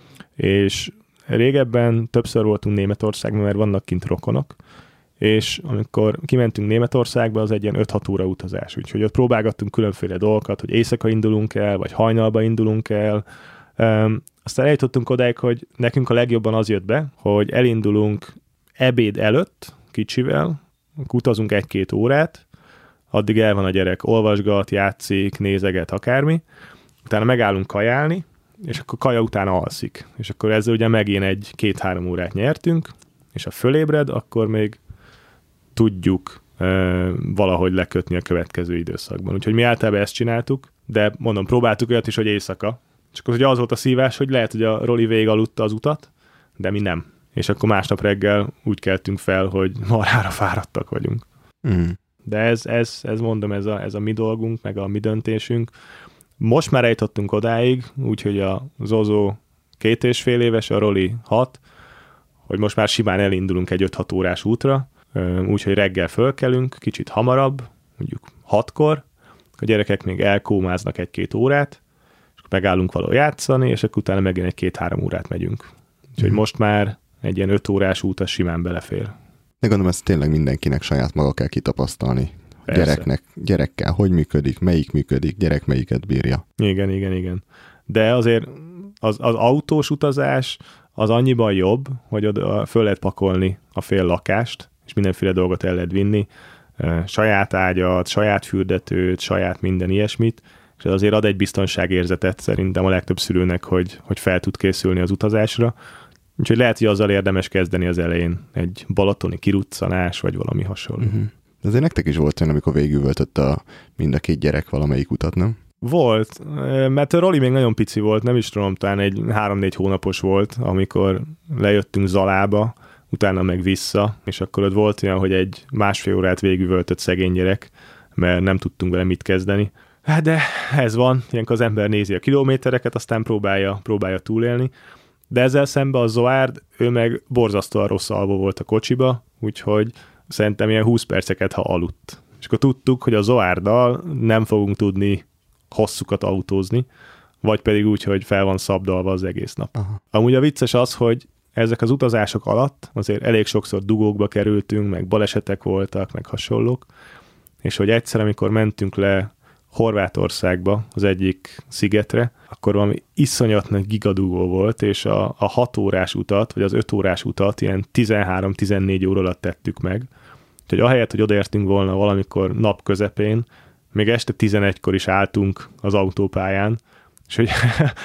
És régebben többször voltunk Németországban, mert vannak kint rokonok, és amikor kimentünk Németországba, az egy ilyen 5-6 óra utazás. Úgyhogy ott próbálgattunk különféle dolgokat, hogy éjszaka indulunk el, vagy hajnalba indulunk el. Aztán eljutottunk odáig, hogy nekünk a legjobban az jött be, hogy elindulunk ebéd előtt kicsivel, utazunk 1-2 órát, addig el van a gyerek, olvasgat, játszik, nézeget, akármi, utána megállunk kajálni, és akkor kaja után alszik. És akkor ezzel ugye megint egy 2-3 órát nyertünk, és ha fölébred, akkor még tudjuk valahogy lekötni a következő időszakban. Úgyhogy mi általában ezt csináltuk, de mondom, próbáltuk olyat is, hogy éjszaka. Csak ugye az volt a szívás, hogy lehet, hogy a Roli végigaludta az utat, de mi nem. És akkor másnap reggel úgy keltünk fel, hogy marhára fáradtak vagyunk. Mm. De ez mondom, ez a mi dolgunk, meg a mi döntésünk. Most már eljutottunk odáig, úgyhogy a Zozó 2,5 éves, a Roli 6, hogy most már simán elindulunk egy 5-6 órás útra, úgyhogy reggel fölkelünk, kicsit hamarabb, mondjuk 6-kor, a gyerekek még elkómáznak 1-2 órát, és megállunk valahol játszani, és akkor utána megint egy 2-3 órát megyünk. Úgyhogy most már egy ilyen 5 órás út az simán belefér. De gondolom, ezt tényleg mindenkinek saját maga kell kitapasztalni. Gyerekkel hogy működik, gyerek melyiket bírja. Igen. De azért az autós utazás az annyiban jobb, hogy oda föl lehet pakolni a fél lakást, és mindenféle dolgot el lehet vinni, saját ágyat, saját fürdetőt, saját minden ilyesmit, és ez azért ad egy biztonságérzetet szerintem a legtöbb szülőnek, hogy fel tud készülni az utazásra. Úgyhogy lehet, hogy azzal érdemes kezdeni az elején, egy balatoni kiruccanás, vagy valami hasonló. De azért nektek is volt olyan, amikor végigültött mind a két gyerek valamelyik utat, nem? Volt, mert Roli még nagyon pici volt, nem is tudom, talán egy 3-4 hónapos volt, amikor lejöttünk Zalába, utána meg vissza, és akkor ott volt olyan, hogy egy 1,5 órát végigültött szegény gyerek, mert nem tudtunk vele mit kezdeni. Hát de ez van, ilyenkor az ember nézi a kilométereket, aztán próbálja túlélni. De ezzel szemben a Zoárd, ő meg borzasztóan rossz alvó volt a kocsiba, úgyhogy szerintem ilyen 20 perceket, ha aludt. És akkor tudtuk, hogy a Zoárddal nem fogunk tudni hosszukat autózni, vagy pedig úgy, hogy fel van szabdalva az egész nap. Aha. Amúgy a vicces az, hogy ezek az utazások alatt azért elég sokszor dugókba kerültünk, meg balesetek voltak, meg hasonlók, és hogy egyszer, amikor mentünk le Horvátországba, az egyik szigetre, akkor valami iszonyat nagy gigadugó volt, és a 6 órás utat, vagy az 5 órás utat ilyen 13-14 óra alatt tettük meg. Úgyhogy ahelyett, hogy odaértünk volna valamikor nap közepén, még este 11-kor is álltunk az autópályán, és hogy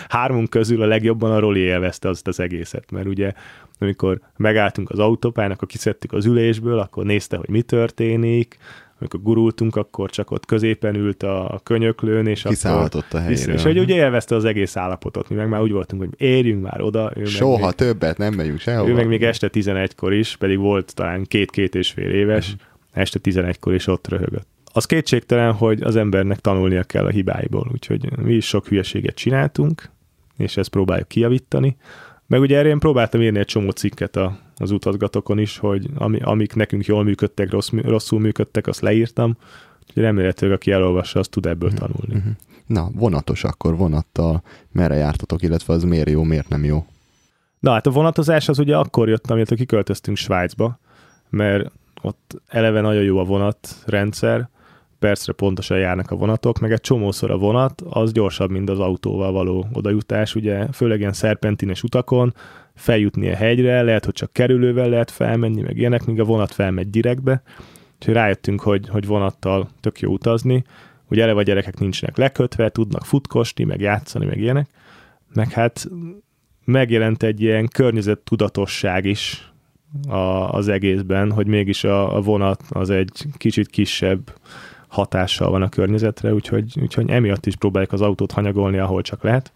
3 közül a legjobban a Roli élvezte az egészet, mert ugye amikor megálltunk az autópályán, akkor kiszedtük az ülésből, akkor nézte, hogy mi történik, amikor gurultunk, akkor csak ott középen ült a könyöklőn, és kiszállhatott a helyre. És hogy ugye élvezte az egész állapotot, mi meg már úgy voltunk, hogy érjünk már oda. Soha többet nem megyünk sehova. Ő meg még este 11-kor is, pedig volt talán 2,5 éves, este 11-kor is ott röhögött. Az kétségtelen, hogy az embernek tanulnia kell a hibáiból, úgyhogy mi is sok hülyeséget csináltunk, és ezt próbáljuk kijavítani. Meg ugye erre én próbáltam írni egy csomó cikket az utazgatokon is, hogy amik nekünk jól működtek, rosszul működtek, azt leírtam, úgyhogy remélhetőleg aki elolvassa, azt tud ebből tanulni. Na, vonatos akkor, vonattal merre jártatok, illetve az miért jó, miért nem jó? Na hát a vonatozás az ugye akkor jött, amikor kiköltöztünk Svájcba, mert ott eleve nagyon jó a vonatrendszer, percre pontosan járnak a vonatok, meg egy csomószor a vonat, az gyorsabb, mint az autóval való odajutás, ugye főleg ilyen szerpentines utakon, feljutni a hegyre, lehet, hogy csak kerülővel lehet felmenni, meg ilyenek, míg a vonat felmegy direktbe, úgyhogy rájöttünk, hogy vonattal tök jó utazni, ugye eleve a gyerekek nincsenek lekötve, tudnak futkosni, meg játszani, meg ilyenek, meg hát megjelent egy ilyen környezettudatosság is az egészben, hogy mégis a vonat az egy kicsit kisebb hatással van a környezetre, úgyhogy emiatt is próbáljuk az autót hanyagolni, ahol csak lehet.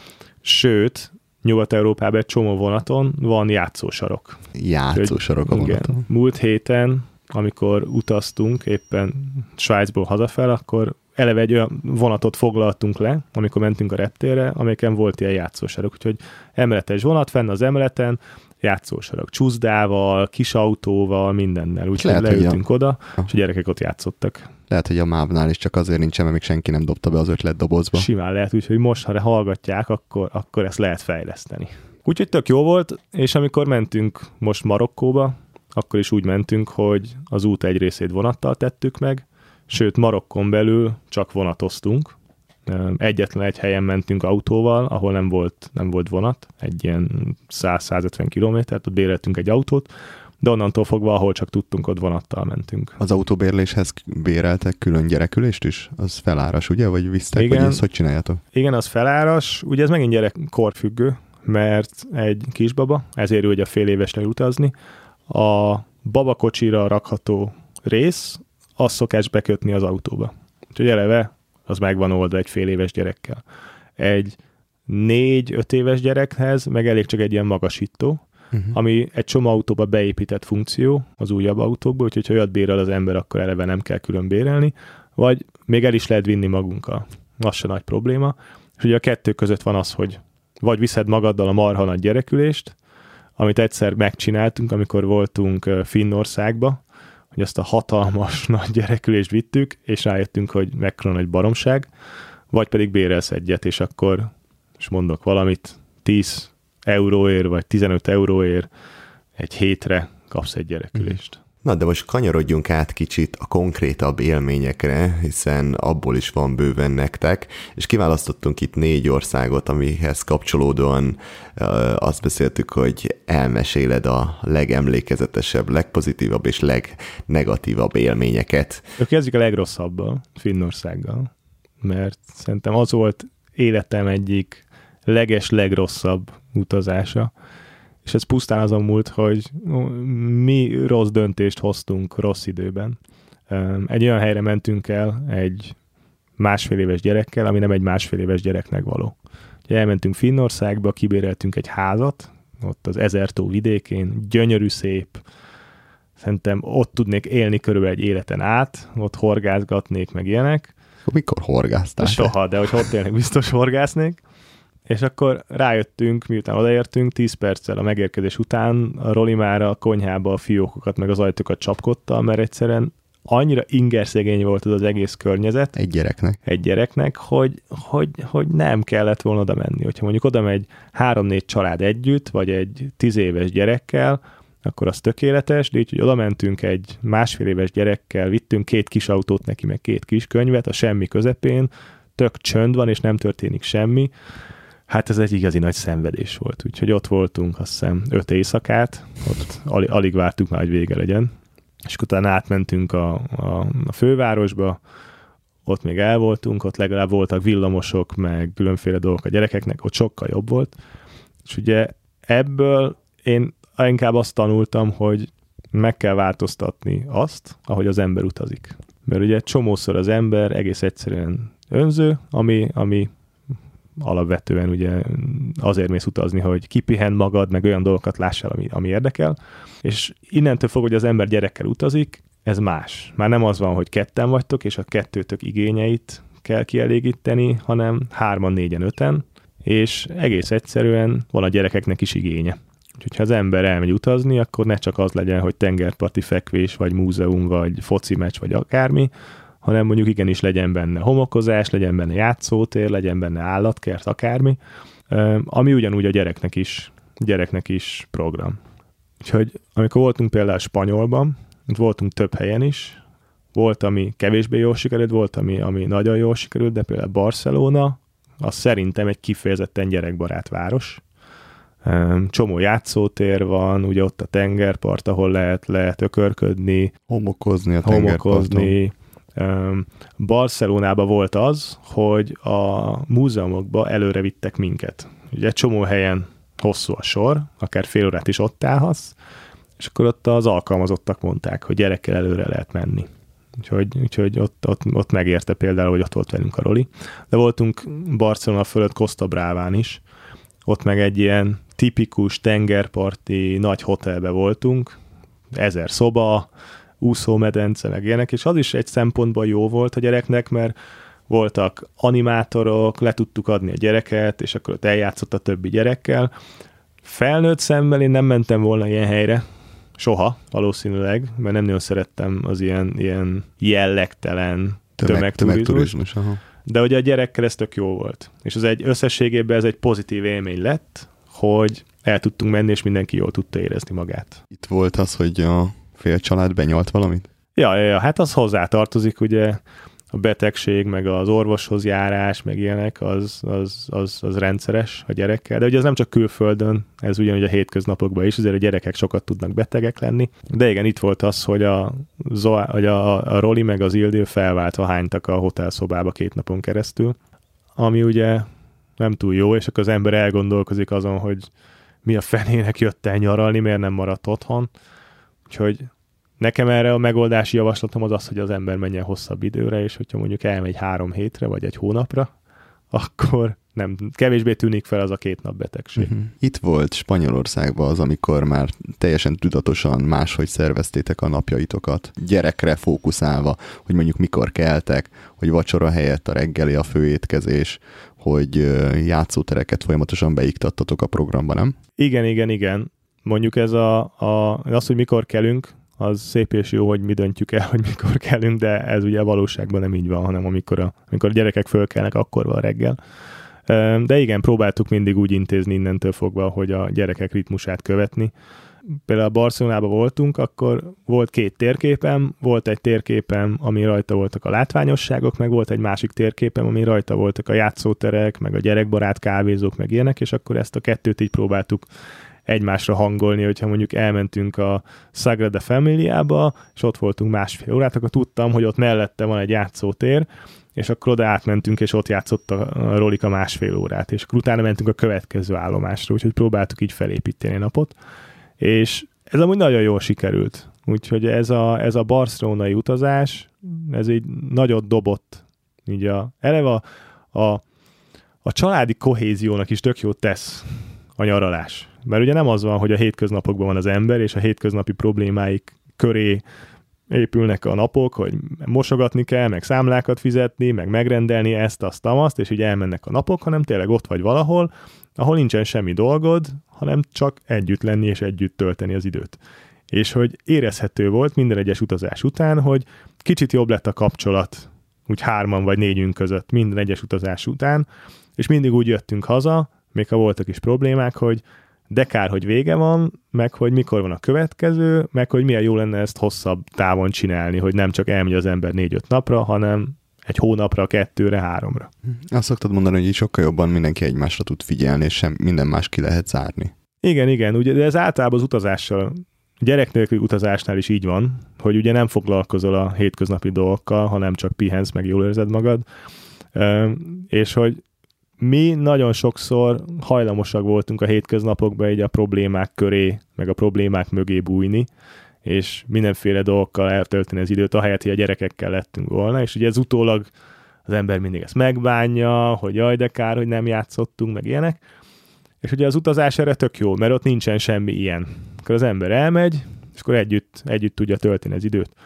Sőt, Nyugat-Európában egy csomó vonaton van játszósarok. Játszósarok a vonaton. Igen. Múlt héten, amikor utaztunk éppen Svájcból hazafel, akkor eleve egy olyan vonatot foglaltunk le, amikor mentünk a reptérre, amelyiken volt ilyen játszósarok. Úgyhogy emeletes vonat fenn az emeleten, játszósarok csúszdával, kis autóval, mindennel. Úgyhogy leültünk oda, és a gyerekek ott játszottak. Lehet, hogy a MÁV-nál is csak azért nincsen, mert még senki nem dobta be az ötletdobozba. Simán lehet, úgyhogy most, ha hallgatják, akkor ezt lehet fejleszteni. Úgyhogy tök jó volt, és amikor mentünk most Marokkóba, akkor is úgy mentünk, hogy az út egy részét vonattal tettük meg, sőt Marokkon belül csak vonatoztunk. Egyetlen egy helyen mentünk autóval, ahol nem volt vonat, egy ilyen 100-150 kilométert, ott béreltünk egy autót, de onnantól fogva, ahol csak tudtunk, ott vonattal mentünk. Az autóbérléshez béreltek külön gyerekülést is? Az feláras, ugye? Vagy visztek? Igen, vagy ezt hogy csináljátok? Igen, az feláras. Ugye ez megint gyerekkorfüggő, mert egy kisbaba, ezért ugye a fél évesnél utazni. A babakocsira rakható rész, azt szokás bekötni az autóba. Úgyhogy eleve az megvan oldva egy fél éves gyerekkel. Egy 4-5 éves gyerekhez meg elég csak egy ilyen magasító, ami egy csomó autóba beépített funkció az újabb autókból, úgyhogy ha olyat bérel az ember, akkor eleve nem kell külön bérelni, vagy még el is lehet vinni magunkkal. Az se nagy probléma. És ugye a kettő között van az, hogy vagy viszed magaddal a marha nagy gyerekülést, amit egyszer megcsináltunk, amikor voltunk Finnországba, hogy azt a hatalmas nagy gyerekülést vittük, és rájöttünk, hogy mekkora nagy baromság, vagy pedig bérelsz egyet, és akkor, és mondok valamit, 10 euróért, vagy 15 euróért egy hétre kapsz egy gyerekülést. Na, de most kanyarodjunk át kicsit a konkrétabb élményekre, hiszen abból is van bőven nektek, és kiválasztottunk itt 4 országot, amihez kapcsolódóan azt beszéltük, hogy elmeséled a legemlékezetesebb, legpozitívabb és legnegatívabb élményeket. Kezdjük a legrosszabbal, Finnországgal. mert szerintem az volt életem egyik legrosszabb utazása. És ez pusztán azon múlt, hogy mi rossz döntést hoztunk rossz időben. Egy olyan helyre mentünk el egy 1,5 éves gyerekkel, ami nem egy 1,5 éves gyereknek való. Ugye elmentünk Finnországba, kibéreltünk egy házat, ott az Ezertó vidékén, gyönyörű, szép. Szerintem ott tudnék élni körülbelül egy életen át, ott horgászgatnék, meg ilyenek. Mikor horgáztál? Soha, de hogyha ott élnek, biztos horgásznék. És akkor rájöttünk, miután odaértünk, 10 perccel a megérkezés után a Roli már a konyhába a fiókokat meg az ajtókat csapkodta, mert egyszerűen annyira ingerszegény volt az egész környezet. Egy gyereknek, hogy nem kellett volna oda menni. Hogyha mondjuk oda megy 3-4 család együtt, vagy egy 10 éves gyerekkel, akkor az tökéletes, de így, hogy oda mentünk egy 1,5 éves gyerekkel, vittünk 2 kis autót neki, meg 2 kis könyvet, a semmi közepén, tök csönd van, és nem történik semmi. Hát ez egy igazi nagy szenvedés volt, úgyhogy ott voltunk, azt hiszem, 5 éjszakát, ott alig vártuk már, hogy vége legyen. És utána átmentünk a fővárosba, ott még el voltunk, ott legalább voltak villamosok, meg különféle dolgok a gyerekeknek, ott sokkal jobb volt. És ugye ebből én inkább azt tanultam, hogy meg kell változtatni azt, ahogy az ember utazik. Mert ugye csomószor az ember egész egyszerűen önző, ami alapvetően ugye azért mész utazni, hogy kipihend magad, meg olyan dolgokat lássál, ami érdekel. És innentől fog, hogy az ember gyerekkel utazik, ez más. Már nem az van, hogy 2-en vagytok, és a 2-tök igényeit kell kielégíteni, hanem 3-an, 4-en, 5-en, és egész egyszerűen van a gyerekeknek is igénye. Úgyhogy ha az ember elmegy utazni, akkor ne csak az legyen, hogy tengerparti fekvés, vagy múzeum, vagy foci meccs, vagy akármi, hanem mondjuk igenis legyen benne homokozás, legyen benne játszótér, legyen benne állatkert, akármi, ami ugyanúgy a gyereknek is program. Úgyhogy amikor voltunk például Spanyolban, ott voltunk több helyen is, volt, ami kevésbé jól sikerült, volt, ami nagyon jól sikerült, de például Barcelona, az szerintem egy kifejezetten gyerekbarát város. Csomó játszótér van, ugye ott a tengerpart, ahol lehet ökörködni, homokozni a tengerparton. Barcelonában volt az, hogy a múzeumokba előre vittek minket. Ugye csomó helyen hosszú a sor, akár fél órát is ott állhatsz, és akkor ott az alkalmazottak mondták, hogy gyerekkel előre lehet menni. Úgyhogy ott megérte például, hogy ott volt velünk a Roli. De voltunk Barcelona fölött Costa Braván is, ott meg egy ilyen tipikus tengerparti nagy hotelbe voltunk, 1000 szoba, úszómedence, meg ilyenek, és az is egy szempontból jó volt a gyereknek, mert voltak animátorok, le tudtuk adni a gyereket, és akkor ott eljátszott a többi gyerekkel. Felnőtt szemmel én nem mentem volna ilyen helyre, soha valószínűleg, mert nem nagyon szerettem az ilyen jellegtelen tömegturizmus. De ugye a gyerekkel ez tök jó volt. És összességében ez egy pozitív élmény lett, hogy el tudtunk menni, és mindenki jól tudta érezni magát. Itt volt az, hogy a fél család benyalt valamit? Ja, hát az hozzátartozik, ugye a betegség, meg az orvoshoz járás, meg ilyenek, az rendszeres a gyerekkel. De ugye ez nem csak külföldön, ez ugyanúgy a hétköznapokban is, azért a gyerekek sokat tudnak betegek lenni. De igen, itt volt az, hogy a Roli meg az Ildő felváltva hánytak a hotelszobába 2 napon keresztül, ami ugye nem túl jó, és akkor az ember elgondolkozik azon, hogy mi a fenének jött el nyaralni, miért nem maradt otthon. Úgyhogy nekem erre a megoldási javaslatom az, hogy az ember menjen hosszabb időre, és hogyha mondjuk elmegy 3 hétre, vagy 1 hónapra, akkor nem, kevésbé tűnik fel az a 2 nap betegség. Itt volt Spanyolországban az, amikor már teljesen tudatosan máshogy szerveztétek a napjaitokat, gyerekre fókuszálva, hogy mondjuk mikor keltek, hogy vacsora helyett a reggeli a főétkezés, hogy játszótereket folyamatosan beiktattatok a programba, nem? Igen. Mondjuk ez az, hogy mikor kelünk, az szép és jó, hogy mi döntjük el, hogy mikor kelünk, de ez ugye a valóságban nem így van, hanem amikor a gyerekek fölkelnek, akkor van reggel. De igen, próbáltuk mindig úgy intézni innentől fogva, hogy a gyerekek ritmusát követni. Például Barcelonában voltunk, akkor volt 2 térképem, volt egy térképem, ami rajta voltak a látványosságok, meg volt egy másik térképem, ami rajta voltak a játszóterek, meg a gyerekbarát kávézók, meg ilyenek, és akkor ezt a 2-t így próbáltuk egymásra hangolni, hogyha mondjuk elmentünk a Sagrada Familiába, és ott voltunk 1,5 órát, akkor tudtam, hogy ott mellette van egy játszótér, és akkor oda átmentünk, és ott játszott a Rolika 1,5 órát, és akkor utána mentünk a következő állomásra, úgyhogy próbáltuk így felépíteni a napot, és ez amúgy nagyon jól sikerült. Úgyhogy ez a barcelonai utazás, ez így nagyot dobott. Így eleve a családi kohéziónak is tök jót tesz a nyaralás. Mert ugye nem az van, hogy a hétköznapokban van az ember, és a hétköznapi problémáik köré épülnek a napok, hogy mosogatni kell, meg számlákat fizetni, meg megrendelni ezt, azt, és így elmennek a napok, hanem tényleg ott vagy valahol, ahol nincsen semmi dolgod, hanem csak együtt lenni és együtt tölteni az időt. És hogy érezhető volt minden egyes utazás után, hogy kicsit jobb lett a kapcsolat, úgy 3 vagy 4 között minden egyes utazás után, és mindig úgy jöttünk haza, még ha voltak is problémák, hogy de kár, hogy vége van, meg hogy mikor van a következő, meg hogy milyen jó lenne ezt hosszabb távon csinálni, hogy nem csak elmegy az ember 4-5 napra, hanem egy hónapra, 2-re, 3-ra. Azt szoktad mondani, hogy így sokkal jobban mindenki egymásra tud figyelni, és minden más ki lehet zárni. Igen, ugye, de ez általában az utazással, gyerek nélküli utazásnál is így van, hogy ugye nem foglalkozol a hétköznapi dolgokkal, hanem csak pihensz, meg jól érzed magad, és hogy mi nagyon sokszor hajlamosak voltunk a hétköznapokban így a problémák köré, meg a problémák mögé bújni, és mindenféle dolgokkal eltölteni az időt, ahelyett, hogy a gyerekekkel lettünk volna, és ugye ez utólag az ember mindig ezt megbánja, hogy jaj, de kár, hogy nem játszottunk, meg ilyenek, és ugye az utazás erre tök jó, mert ott nincsen semmi ilyen. Akkor az ember elmegy, és akkor együtt tudja tölteni az időt.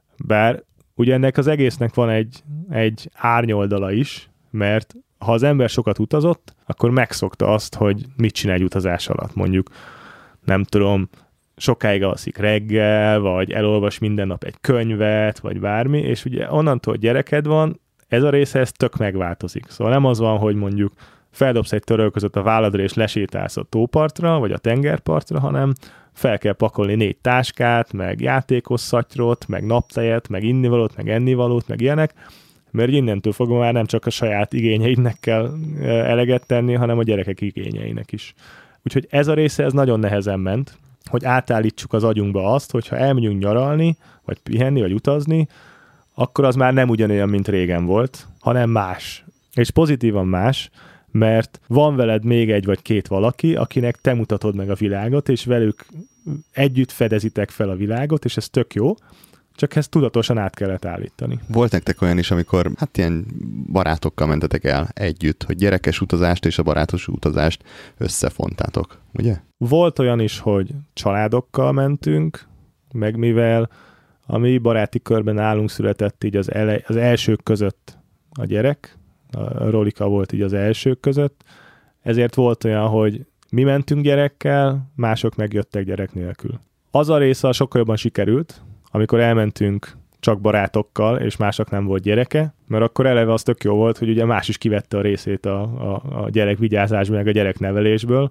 Bár ugye ennek az egésznek van egy árnyoldala is, mert ha az ember sokat utazott, akkor megszokta azt, hogy mit csinál egy utazás alatt. Mondjuk, nem tudom, sokáig alszik reggel, vagy elolvas minden nap egy könyvet, vagy bármi, és ugye onnantól, hogy gyereked van, ez a része, ez tök megváltozik. Szóval nem az van, hogy mondjuk feldobsz egy törölközött a válladra, és lesétálsz a tópartra, vagy a tengerpartra, hanem fel kell pakolni 4 táskát, meg játékos szatyrot, meg naptejet, meg innivalót, meg ennivalót, meg ilyenek, mert innentől fogva már nem csak a saját igényeidnek kell eleget tenni, hanem a gyerekek igényeinek is. Úgyhogy ez a része, ez nagyon nehezen ment, hogy átállítsuk az agyunkba azt, hogyha elmegyünk nyaralni, vagy pihenni, vagy utazni, akkor az már nem ugyanolyan, mint régen volt, hanem más. És pozitívan más, mert van veled még 1 vagy 2 valaki, akinek te mutatod meg a világot, és velük együtt fedezitek fel a világot, és ez tök jó, csak ezt tudatosan át kellett állítani. Volt nektek olyan is, amikor ilyen barátokkal mentetek el együtt, hogy gyerekes utazást és a barátos utazást összefontátok, ugye? Volt olyan is, hogy családokkal mentünk, meg mivel a mi baráti körben nálunk született így az elsők között a gyerek, a Rolika volt így az elsők között, ezért volt olyan, hogy mi mentünk gyerekkel, mások megjöttek gyerek nélkül. Az a része sokkal jobban sikerült, amikor elmentünk csak barátokkal, és mások nem volt gyereke, mert akkor eleve az tök jó volt, hogy ugye más is kivette a részét a gyerek vigyázásból, meg a gyerek nevelésből,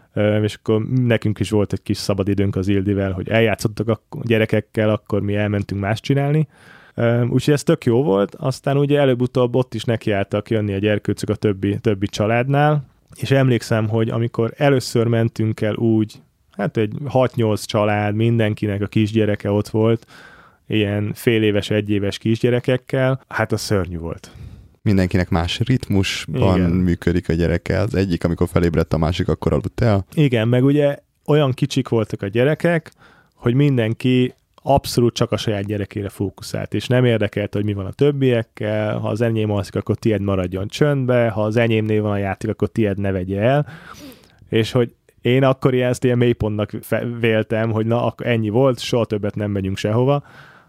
és akkor nekünk is volt egy kis szabadidőnk az Ildivel, hogy eljátszottak a gyerekekkel, akkor mi elmentünk más csinálni. Úgyhogy ez tök jó volt, aztán ugye előbb-utóbb ott is nekiálltak jönni a gyerkőcök a többi családnál, és emlékszem, hogy amikor először mentünk el úgy, egy 6-8 család, mindenkinek a kisgyereke ott volt, ilyen fél éves, 1 éves kisgyerekekkel, az szörnyű volt. Mindenkinek más ritmusban igen. Működik a gyereke. Az egyik, amikor felébredt, a másik, akkor aludt el. Igen, meg ugye olyan kicsik voltak a gyerekek, hogy mindenki abszolút csak a saját gyerekére fókuszált, és nem érdekelt, hogy mi van a többiekkel, ha az enyém alszik, akkor tied maradjon csöndbe, ha az enyémnél van a játék, akkor tied ne vegye el, és hogy én akkor ezt ilyen mélypontnak véltem, hogy na, akkor ennyi volt, soha többet nem megyünk sehova,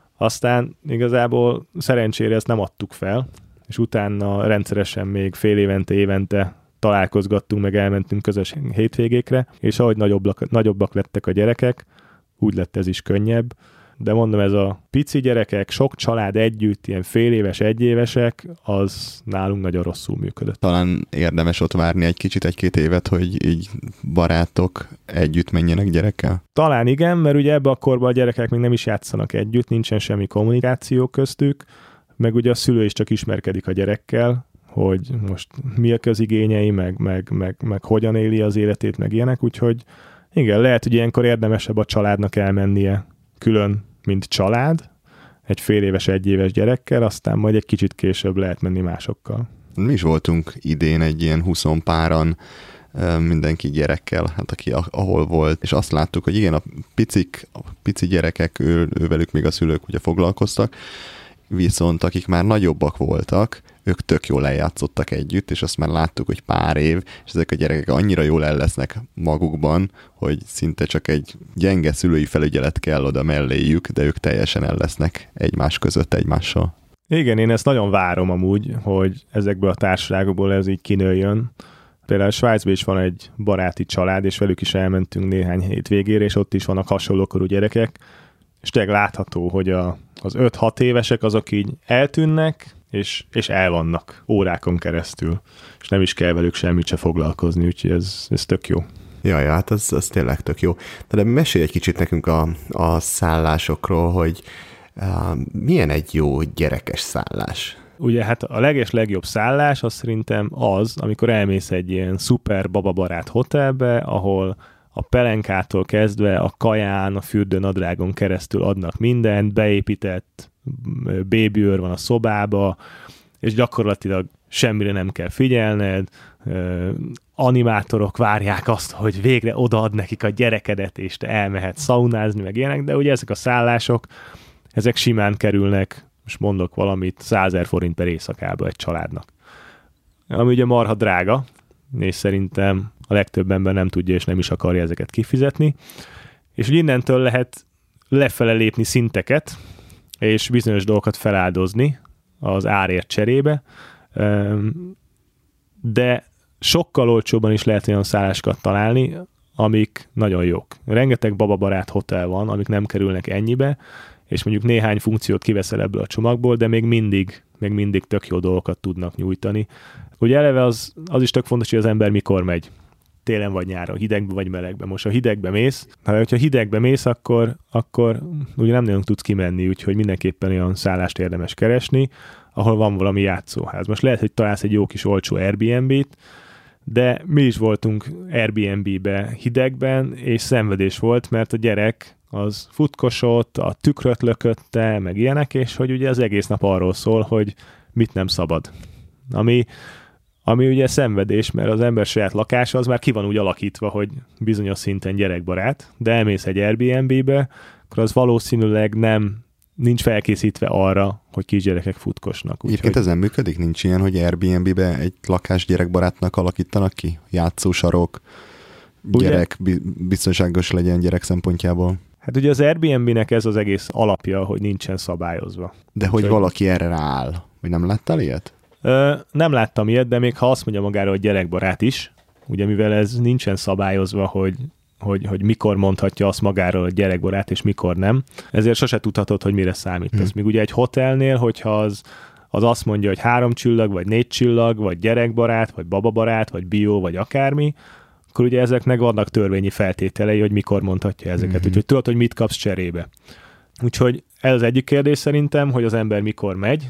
aztán igazából szerencsére ezt nem adtuk fel, és utána rendszeresen még fél évente találkozgattunk, meg elmentünk közös hétvégékre, és ahogy nagyobbak lettek a gyerekek, úgy lett ez is könnyebb, de mondom, ez a pici gyerekek, sok család együtt, ilyen fél éves, 1 évesek, az nálunk nagyon rosszul működött. Talán érdemes ott várni egy kicsit, 1-2 évet, hogy így barátok együtt menjenek gyerekkel? Talán igen, mert ugye ebbe a korban a gyerekek még nem is játszanak együtt, nincsen semmi kommunikáció köztük, meg ugye a szülő is csak ismerkedik a gyerekkel, hogy most mi a közigényei, meg hogyan éli az életét, meg ilyenek, úgyhogy igen, lehet, hogy ilyenkor érdemesebb a családnak elmennie külön, mint család, egy fél éves, 1 éves gyerekkel, aztán majd egy kicsit később lehet menni másokkal. Mi is voltunk idén egy ilyen 20 páran, mindenki gyerekkel, hát aki ahol volt, és azt láttuk, hogy igen, a pici gyerekek, ővelük még a szülők ugye foglalkoztak, viszont akik már nagyobbak voltak, ők tök jól eljátszottak együtt, és azt már láttuk, hogy pár év, és ezek a gyerekek annyira jól el lesznek magukban, hogy szinte csak egy gyenge szülői felügyelet kell oda melléjük, de ők teljesen el lesznek egymás között, egymással. Igen, én ezt nagyon várom amúgy, hogy ezekből a társaságokból ez így kinőjön. Például Svájcban is van egy baráti család, és velük is elmentünk néhány hétvégére, és ott is vannak hasonlókorú gyerekek, és tényleg látható, hogy az 5-6 évesek azok így eltűnnek, és elvannak órákon keresztül, és nem is kell velük semmit se foglalkozni, úgyhogy ez tök jó. Jaj, hát az tényleg tök jó. De mesélj egy kicsit nekünk a szállásokról, hogy milyen egy jó gyerekes szállás? Ugye hát a legjobb szállás az szerintem az, amikor elmész egy ilyen szuper bababarát hotelbe, ahol a pelenkától kezdve a kaján, a fürdőnadrágon keresztül adnak mindent, beépített bébiőr van a szobába, és gyakorlatilag semmire nem kell figyelned, animátorok várják azt, hogy végre odaad nekik a gyerekedet, és te elmehetsz szaunázni, meg ilyenek, de ugye ezek a szállások, ezek simán kerülnek, most mondok valamit, 100 000 forint per éjszakába egy családnak. Ami ugye marha drága, és szerintem a legtöbb ember nem tudja és nem is akarja ezeket kifizetni, és hogy innentől lehet lefele lépni szinteket, és bizonyos dolgokat feláldozni az árért cserébe, de sokkal olcsóbban is lehet olyan szállásokat találni, amik nagyon jók. Rengeteg bababarát hotel van, amik nem kerülnek ennyibe, és mondjuk néhány funkciót kiveszel ebből a csomagból, de még mindig tök jó dolgokat tudnak nyújtani. Ugye eleve az is tök fontos, hogy az ember mikor megy. Télen vagy nyáron, hidegbe vagy melegbe. Most ha hidegbe mész, hogyha hidegbe mész, akkor ugye nem nagyon tudsz kimenni, úgyhogy mindenképpen olyan szállást érdemes keresni, ahol van valami játszóház. Most lehet, hogy találsz egy jó kis olcsó Airbnb-t, de mi is voltunk Airbnb-be hidegben, és szenvedés volt, mert a gyerek az futkosott, a tükröt lökötte, meg ilyenek, és hogy ugye az egész nap arról szól, hogy mit nem szabad. Ami ugye szenvedés, mert az ember saját lakása az már ki van úgy alakítva, hogy bizonyos szinten gyerekbarát, de elmész egy Airbnb-be, akkor az valószínűleg nincs felkészítve arra, hogy kisgyerekek futkosnak. Egyébként ez nem működik? Nincs ilyen, hogy Airbnb-be egy lakás gyerekbarátnak alakítanak ki? Játszósarok, gyerek, biztonságos legyen gyerek szempontjából. Hát ugye az Airbnb-nek ez az egész alapja, hogy nincsen szabályozva. De hogy valaki erre rááll? Vagy nem láttál ilyet? Nem láttam ilyet, de még ha azt mondja magára, hogy gyerekbarát is, ugye mivel ez nincsen szabályozva, hogy mikor mondhatja azt magáról, hogy gyerekbarát, és mikor nem, ezért sose tudhatod, hogy mire számít. Ez még ugye egy hotelnél, hogyha az azt mondja, hogy 3 csillag, vagy 4 csillag, vagy gyerekbarát, vagy bababarát, vagy bio, vagy akármi, akkor ugye ezeknek vannak törvényi feltételei, hogy mikor mondhatja ezeket. Úgyhogy tudod, hogy mit kapsz cserébe. Úgyhogy ez az egyik kérdés szerintem, hogy az ember mikor megy,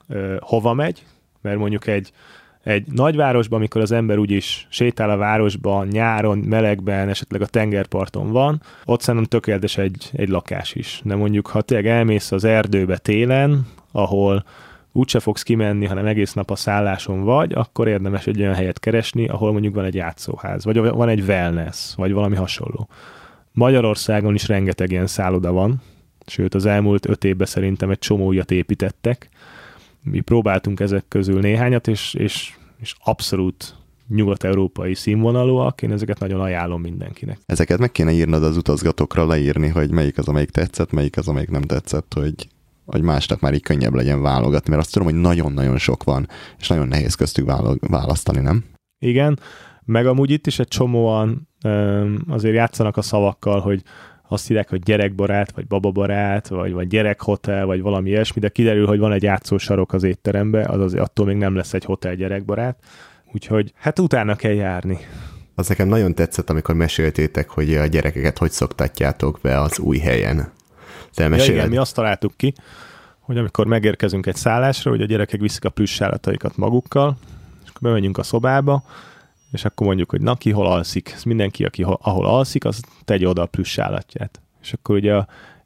hova megy, mert mondjuk egy nagyvárosban, amikor az ember úgyis sétál a városban, nyáron, melegben, esetleg a tengerparton van, ott szerintem tökéletes egy lakás is. De mondjuk, ha tényleg elmész az erdőbe télen, ahol úgyse fogsz kimenni, hanem egész nap a szálláson vagy, akkor érdemes egy olyan helyet keresni, ahol mondjuk van egy játszóház, vagy van egy wellness, vagy valami hasonló. Magyarországon is rengeteg ilyen szálloda van, sőt az elmúlt 5 évben szerintem egy csomó újat építettek. Mi próbáltunk ezek közül néhányat, és abszolút nyugat-európai színvonalúak, én ezeket nagyon ajánlom mindenkinek. Ezeket meg kéne írnod az utazgatókra, leírni, hogy melyik az, amelyik tetszett, melyik az, amelyik nem tetszett, hogy másnak már így könnyebb legyen válogatni, mert azt tudom, hogy nagyon-nagyon sok van, és nagyon nehéz köztük választani, nem? Igen, meg amúgy itt is egy csomóan azért játszanak a szavakkal, hogy azt hívják, hogy gyerekbarát, vagy bababarát, vagy gyerekhotel, vagy valami ilyesmi, de kiderül, hogy van egy játszósarok az étterembe, az azért attól még nem lesz egy hotel gyerekbarát. Úgyhogy hát utána kell járni. Az nekem nagyon tetszett, amikor meséltétek, hogy a gyerekeket hogy szoktatjátok be az új helyen. Igen, mi azt találtuk ki, hogy amikor megérkezünk egy szállásra, hogy a gyerekek viszik a plüss állataikat magukkal, és akkor bemegyünk a szobába, és akkor mondjuk, hogy na, ki hol alszik. Ez mindenki, ahol alszik, az tegye oda a plüss állatját. És akkor ugye a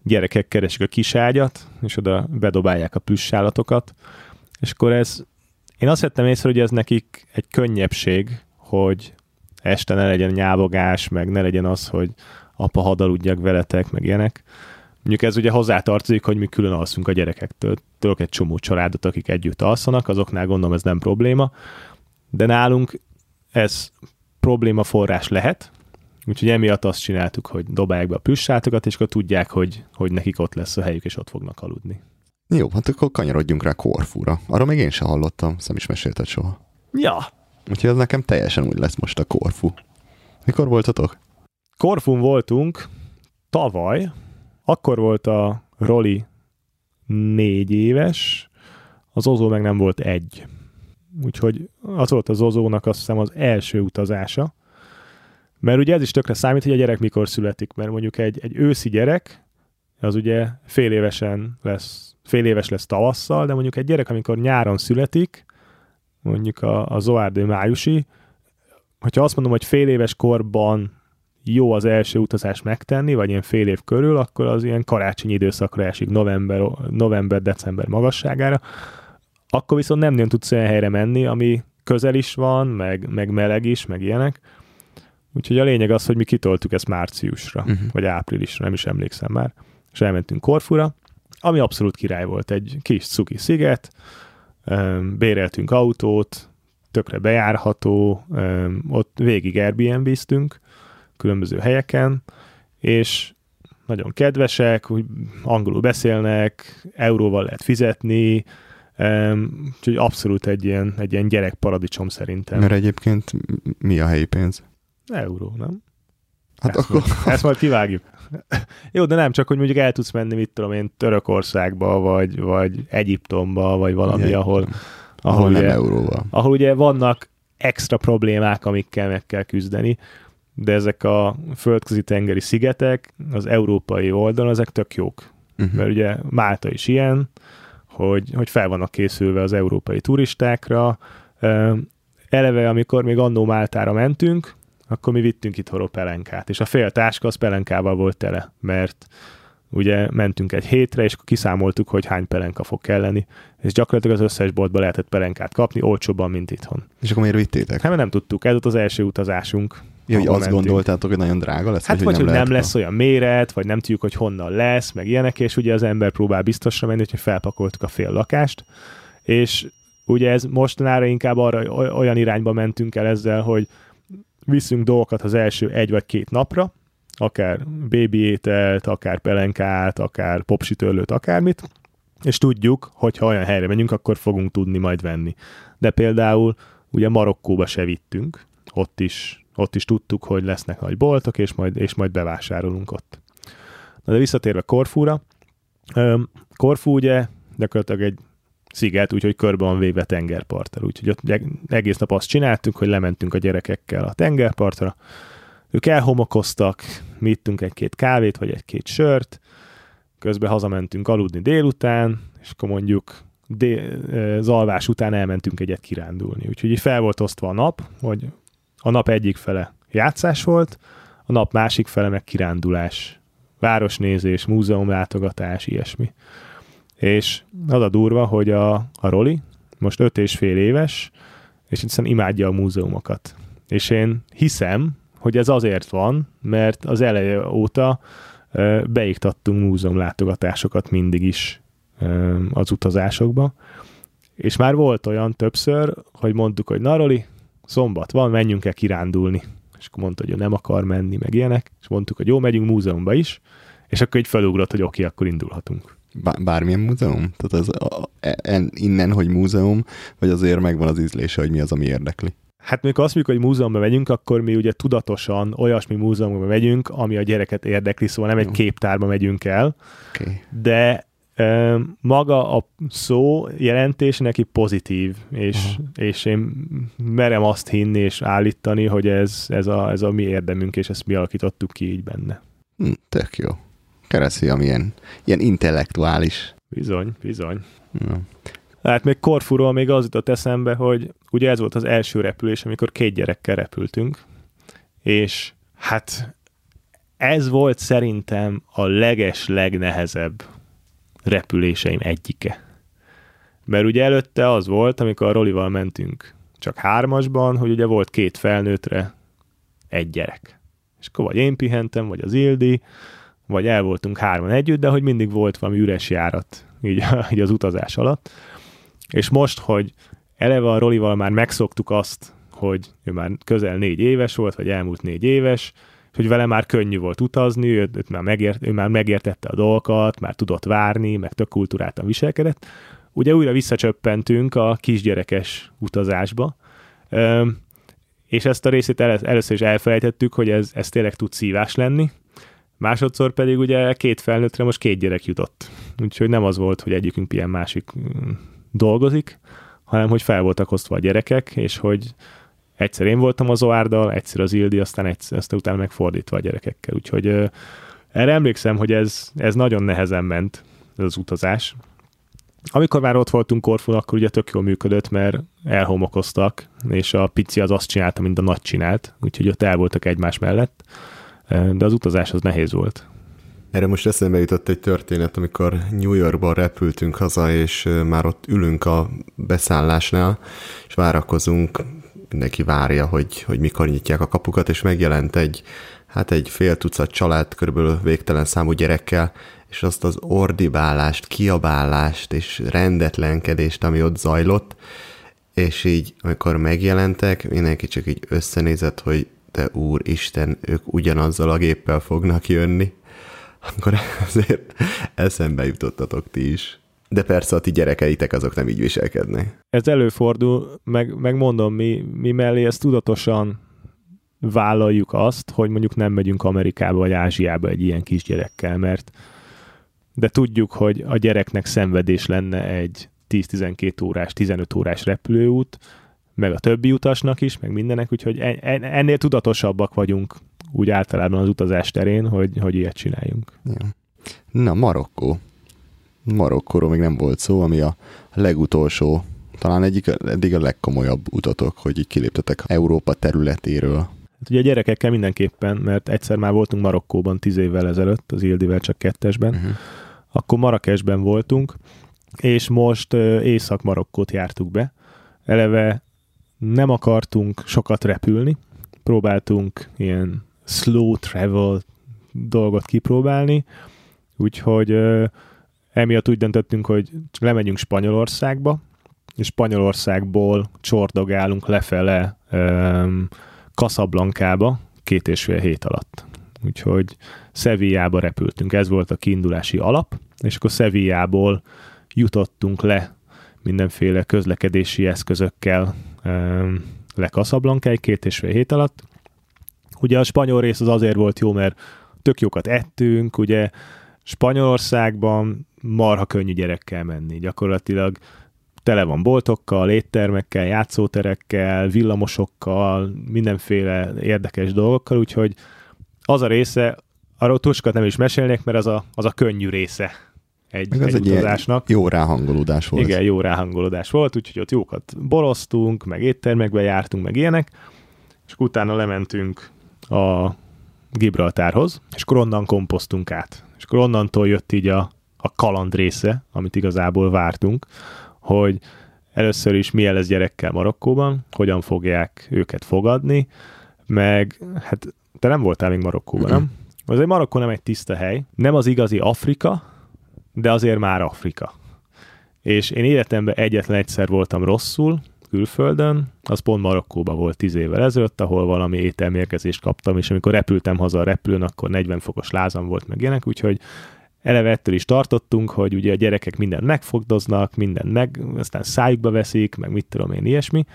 gyerekek keresik a kis ágyat, és oda bedobálják a plüssállatokat, és akkor én azt vettem észre, hogy ez nekik egy könnyebbség, hogy este ne legyen nyávogás, meg ne legyen az, hogy apa, hadd aludjak veletek, meg ilyenek. Mondjuk ez ugye hozzátartozik, hogy mi külön alszunk a gyerekektől. Tudok egy csomó családot, akik együtt alszanak, azoknál gondolom ez nem probléma, de nálunk ez probléma forrás lehet, úgyhogy emiatt azt csináltuk, hogy dobálják be a plüssátokat, és akkor tudják, hogy nekik ott lesz a helyük, és ott fognak aludni. Jó, hát akkor kanyarodjunk rá Korfúra. Arra még én sem hallottam, nem is mesélted soha. Ja. Úgyhogy ez nekem teljesen úgy lesz most a Korfu. Mikor voltatok? Korfun voltunk tavaly, akkor volt a Roli 4 éves, az Ozó meg nem volt 1. Úgyhogy az volt az Ozónak azt hiszem az első utazása. Mert ugye ez is tökre számít, hogy a gyerek mikor születik, mert mondjuk egy őszi gyerek, az ugye fél éves lesz tavasszal, de mondjuk egy gyerek, amikor nyáron születik, mondjuk a Zoárdő májusi, hogyha azt mondom, hogy fél éves korban jó az első utazás megtenni, vagy ilyen fél év körül, akkor az ilyen karácsonyi időszakra esik, november-december magasságára, akkor viszont nem nagyon tudsz olyan helyre menni, ami közel is van, meg meleg is, meg ilyenek. Úgyhogy a lényeg az, hogy mi kitoltuk ezt márciusra, vagy áprilisra, nem is emlékszem már, és elmentünk Korfura, ami abszolút király volt, egy kis cuki sziget, béreltünk autót, tökre bejárható, ott végig Airbnb-ztünk, különböző helyeken, és nagyon kedvesek, úgy angolul beszélnek, euróval lehet fizetni, úgyhogy abszolút egy ilyen gyerekparadicsom szerintem. Mert egyébként mi a helyi pénz? Euró, nem? Hát ezt majd kivágjuk. Jó, de nem csak, hogy mondjuk el tudsz menni, mit tudom én, Törökországba, vagy Egyiptomba, vagy valami, ahol nem ugye, euróval. Ahol ugye vannak extra problémák, amikkel meg kell küzdeni, de ezek a földközi tengeri szigetek az európai oldalon, ezek tök jók. Mert ugye Málta is ilyen, hogy fel vannak készülve az európai turistákra. Eleve, amikor még annó Máltára mentünk, akkor mi vittünk itthonról pelenkát, és a fél táska az pelenkával volt tele, mert ugye mentünk egy hétre, és akkor kiszámoltuk, hogy hány pelenka fog kelleni, és gyakorlatilag az összes boltban lehetett pelenkát kapni, olcsóbban, mint itthon. És akkor miért vittétek? Hát nem tudtuk, ez volt az első utazásunk. Ja, hogy azt gondoltátok, hogy nagyon drága lesz? Hát vagy hogy nem lesz olyan méret, vagy nem tudjuk, hogy honnan lesz, meg ilyenek, és ugye az ember próbál biztosra menni, hogy felpakoltuk a fél lakást, és ugye ez mostanára inkább olyan irányba mentünk el ezzel, hogy viszünk dolgokat az első 1 vagy 2 napra, akár bébi ételt, akár pelenkát, akár popsütörlőt, akármit, és tudjuk, hogy ha olyan helyre megyünk, akkor fogunk tudni majd venni. De például ugye Marokkóba se vittünk, ott is tudtuk, hogy lesznek nagy boltok, és majd bevásárolunk ott. Na de visszatérve Korfúra, Korfú ugye gyakorlatilag egy sziget, úgyhogy körbe van véve tengerparttal, úgyhogy ott egész nap azt csináltuk, hogy lementünk a gyerekekkel a tengerpartra, ők elhomokoztak, mi ittünk 1-2 kávét, vagy 1-2 sört, közben hazamentünk aludni délután, és akkor mondjuk az alvás után elmentünk egyet kirándulni. Úgyhogy így fel volt osztva a nap, hogy a nap egyik fele játszás volt, a nap másik fele meg kirándulás, városnézés, múzeumlátogatás, ilyesmi. És az a durva, hogy a Roli most 5,5 éves, és hiszen imádja a múzeumokat. És én hiszem, hogy ez azért van, mert az eleje óta beiktattunk múzeumlátogatásokat mindig is az utazásokba. És már volt olyan többször, hogy mondtuk, hogy na Roli, szombat van, menjünk el kirándulni. És akkor mondta, hogy ő nem akar menni, meg ilyenek. És mondtuk, hogy jó, megyünk múzeumba is. És akkor így felugrott, hogy oké, akkor indulhatunk. Bármilyen múzeum? Tehát innen, hogy múzeum, vagy azért megvan az ízlése, hogy mi az, ami érdekli? Hát mikor azt mondjuk, hogy múzeumba megyünk, akkor mi ugye tudatosan olyasmi múzeumba megyünk, ami a gyereket érdekli, szóval nem egy képtárba megyünk el, de maga a szó jelentés neki pozitív, és én merem azt hinni és állítani, hogy ez a mi érdemünk, és ezt mi alakítottuk ki így benne. Tök jó. Keresztfiam ilyen intellektuális. Bizony. Hát még Korfuról még az jutott eszembe, hogy ugye ez volt az első repülés, amikor 2 gyerekkel repültünk, és hát ez volt szerintem a legnehezebb repüléseim egyike. Mert ugye előtte az volt, amikor a Rolival mentünk csak 3-asban, hogy ugye volt 2 felnőttre egy gyerek. És akkor vagy én pihentem, vagy az Ildi, vagy el voltunk 3-an együtt, de hogy mindig volt valami üres járat így az utazás alatt. És most, hogy eleve a Rolival már megszoktuk azt, hogy ő már közel 4 éves volt, vagy elmúlt 4 éves, hogy vele már könnyű volt utazni, ő már megértette a dolgokat, már tudott várni, meg tök kultúráltan viselkedett. Ugye újra visszacsöppentünk a kisgyerekes utazásba, és ezt a részét először is elfelejtettük, hogy ez tényleg tud szívás lenni. Másodszor pedig ugye 2 felnőttre most 2 gyerek jutott. Úgyhogy nem az volt, hogy egyikünk ilyen másik dolgozik, hanem hogy fel voltak osztva a gyerekek, és hogy egyszer én voltam az Oárdal, egyszer az Ildi, aztán utána megfordítva a gyerekekkel. Úgyhogy erre emlékszem, hogy ez nagyon nehezen ment, ez az utazás. Amikor már ott voltunk Korfun, akkor ugye tök jól működött, mert elhomokoztak, és a pici az azt csinálta, mint a nagy csinált, úgyhogy ott el voltak egymás mellett, de az utazás az nehéz volt. Erre most eszembe jutott egy történet, amikor New Yorkban repültünk haza, és már ott ülünk a beszállásnál, és várakozunk, mindenki várja, hogy mikor nyitják a kapukat, és megjelent egy fél tucat család, körülbelül végtelen számú gyerekkel, és azt az ordibálást, kiabálást és rendetlenkedést, ami ott zajlott, és így, amikor megjelentek, mindenki csak így összenézett, hogy te úristen, ők ugyanazzal a géppel fognak jönni, akkor azért eszembe jutottatok ti is. De persze a ti gyerekeitek azok nem így viselkednek. Ez előfordul, meg mondom, mi mellé ezt tudatosan vállaljuk azt, hogy mondjuk nem megyünk Amerikába vagy Ázsiába egy ilyen kisgyerekkel, de tudjuk, hogy a gyereknek szenvedés lenne egy 10-12 órás, 15 órás repülőút, meg a többi utasnak is, meg mindenek, úgyhogy ennél tudatosabbak vagyunk úgy általában az utazás terén, hogy ilyet csináljunk. Ja. Na, Marokkó. Marokkóról még nem volt szó, ami a legutolsó, talán eddig a legkomolyabb utatok, hogy így kiléptetek Európa területéről. Hát ugye a gyerekekkel mindenképpen, mert egyszer már voltunk Marokkóban 10 évvel ezelőtt, az Ildivel csak 2-esben, akkor Marrakesben voltunk, és most Észak-Marokkót jártuk be. Eleve nem akartunk sokat repülni, próbáltunk ilyen slow travel dolgot kipróbálni, úgyhogy emiatt úgy döntöttünk, hogy lemegyünk Spanyolországba, és Spanyolországból csordogálunk lefele Casablancába 2,5 hét alatt. Úgyhogy Sevillába repültünk, ez volt a kiindulási alap, és akkor Sevillából jutottunk le mindenféle közlekedési eszközökkel le Casablancáig 2,5 hét alatt. Ugye a spanyol rész az azért volt jó, mert tök jókat ettünk, ugye Spanyolországban marha könnyű gyerekkel menni. Gyakorlatilag tele van boltokkal, éttermekkel, játszóterekkel, villamosokkal, mindenféle érdekes dolgokkal, úgyhogy az a része, arról túl sokat nem is mesélnék, mert az a könnyű része egy utazásnak. Jó ráhangolódás volt. Igen, jó ráhangolódás volt, úgyhogy ott jókat boroztunk, meg éttermekbe jártunk, meg ilyenek, és utána lementünk a Gibraltárhoz, és akkor onnan kompoztunk át. És akkor onnantól jött így a kaland része, amit igazából vártunk, hogy először is milyen lesz gyerekkel Marokkóban, hogyan fogják őket fogadni, meg hát te nem voltál még Marokkóban, nem? Azért Marokkó nem egy tiszta hely, nem az igazi Afrika, de azért már Afrika. És én életemben egyetlen egyszer voltam rosszul, külföldön, az pont Marokkóban volt 10 évvel ezelőtt, ahol valami ételmérgezést kaptam, és amikor repültem haza a repülőn, akkor 40 fokos lázam volt meg ilyenek, úgyhogy eleve ettől is tartottunk, hogy ugye a gyerekek mindent megfogdoznak, aztán szájukba veszik, meg mit tudom én, ilyesmi.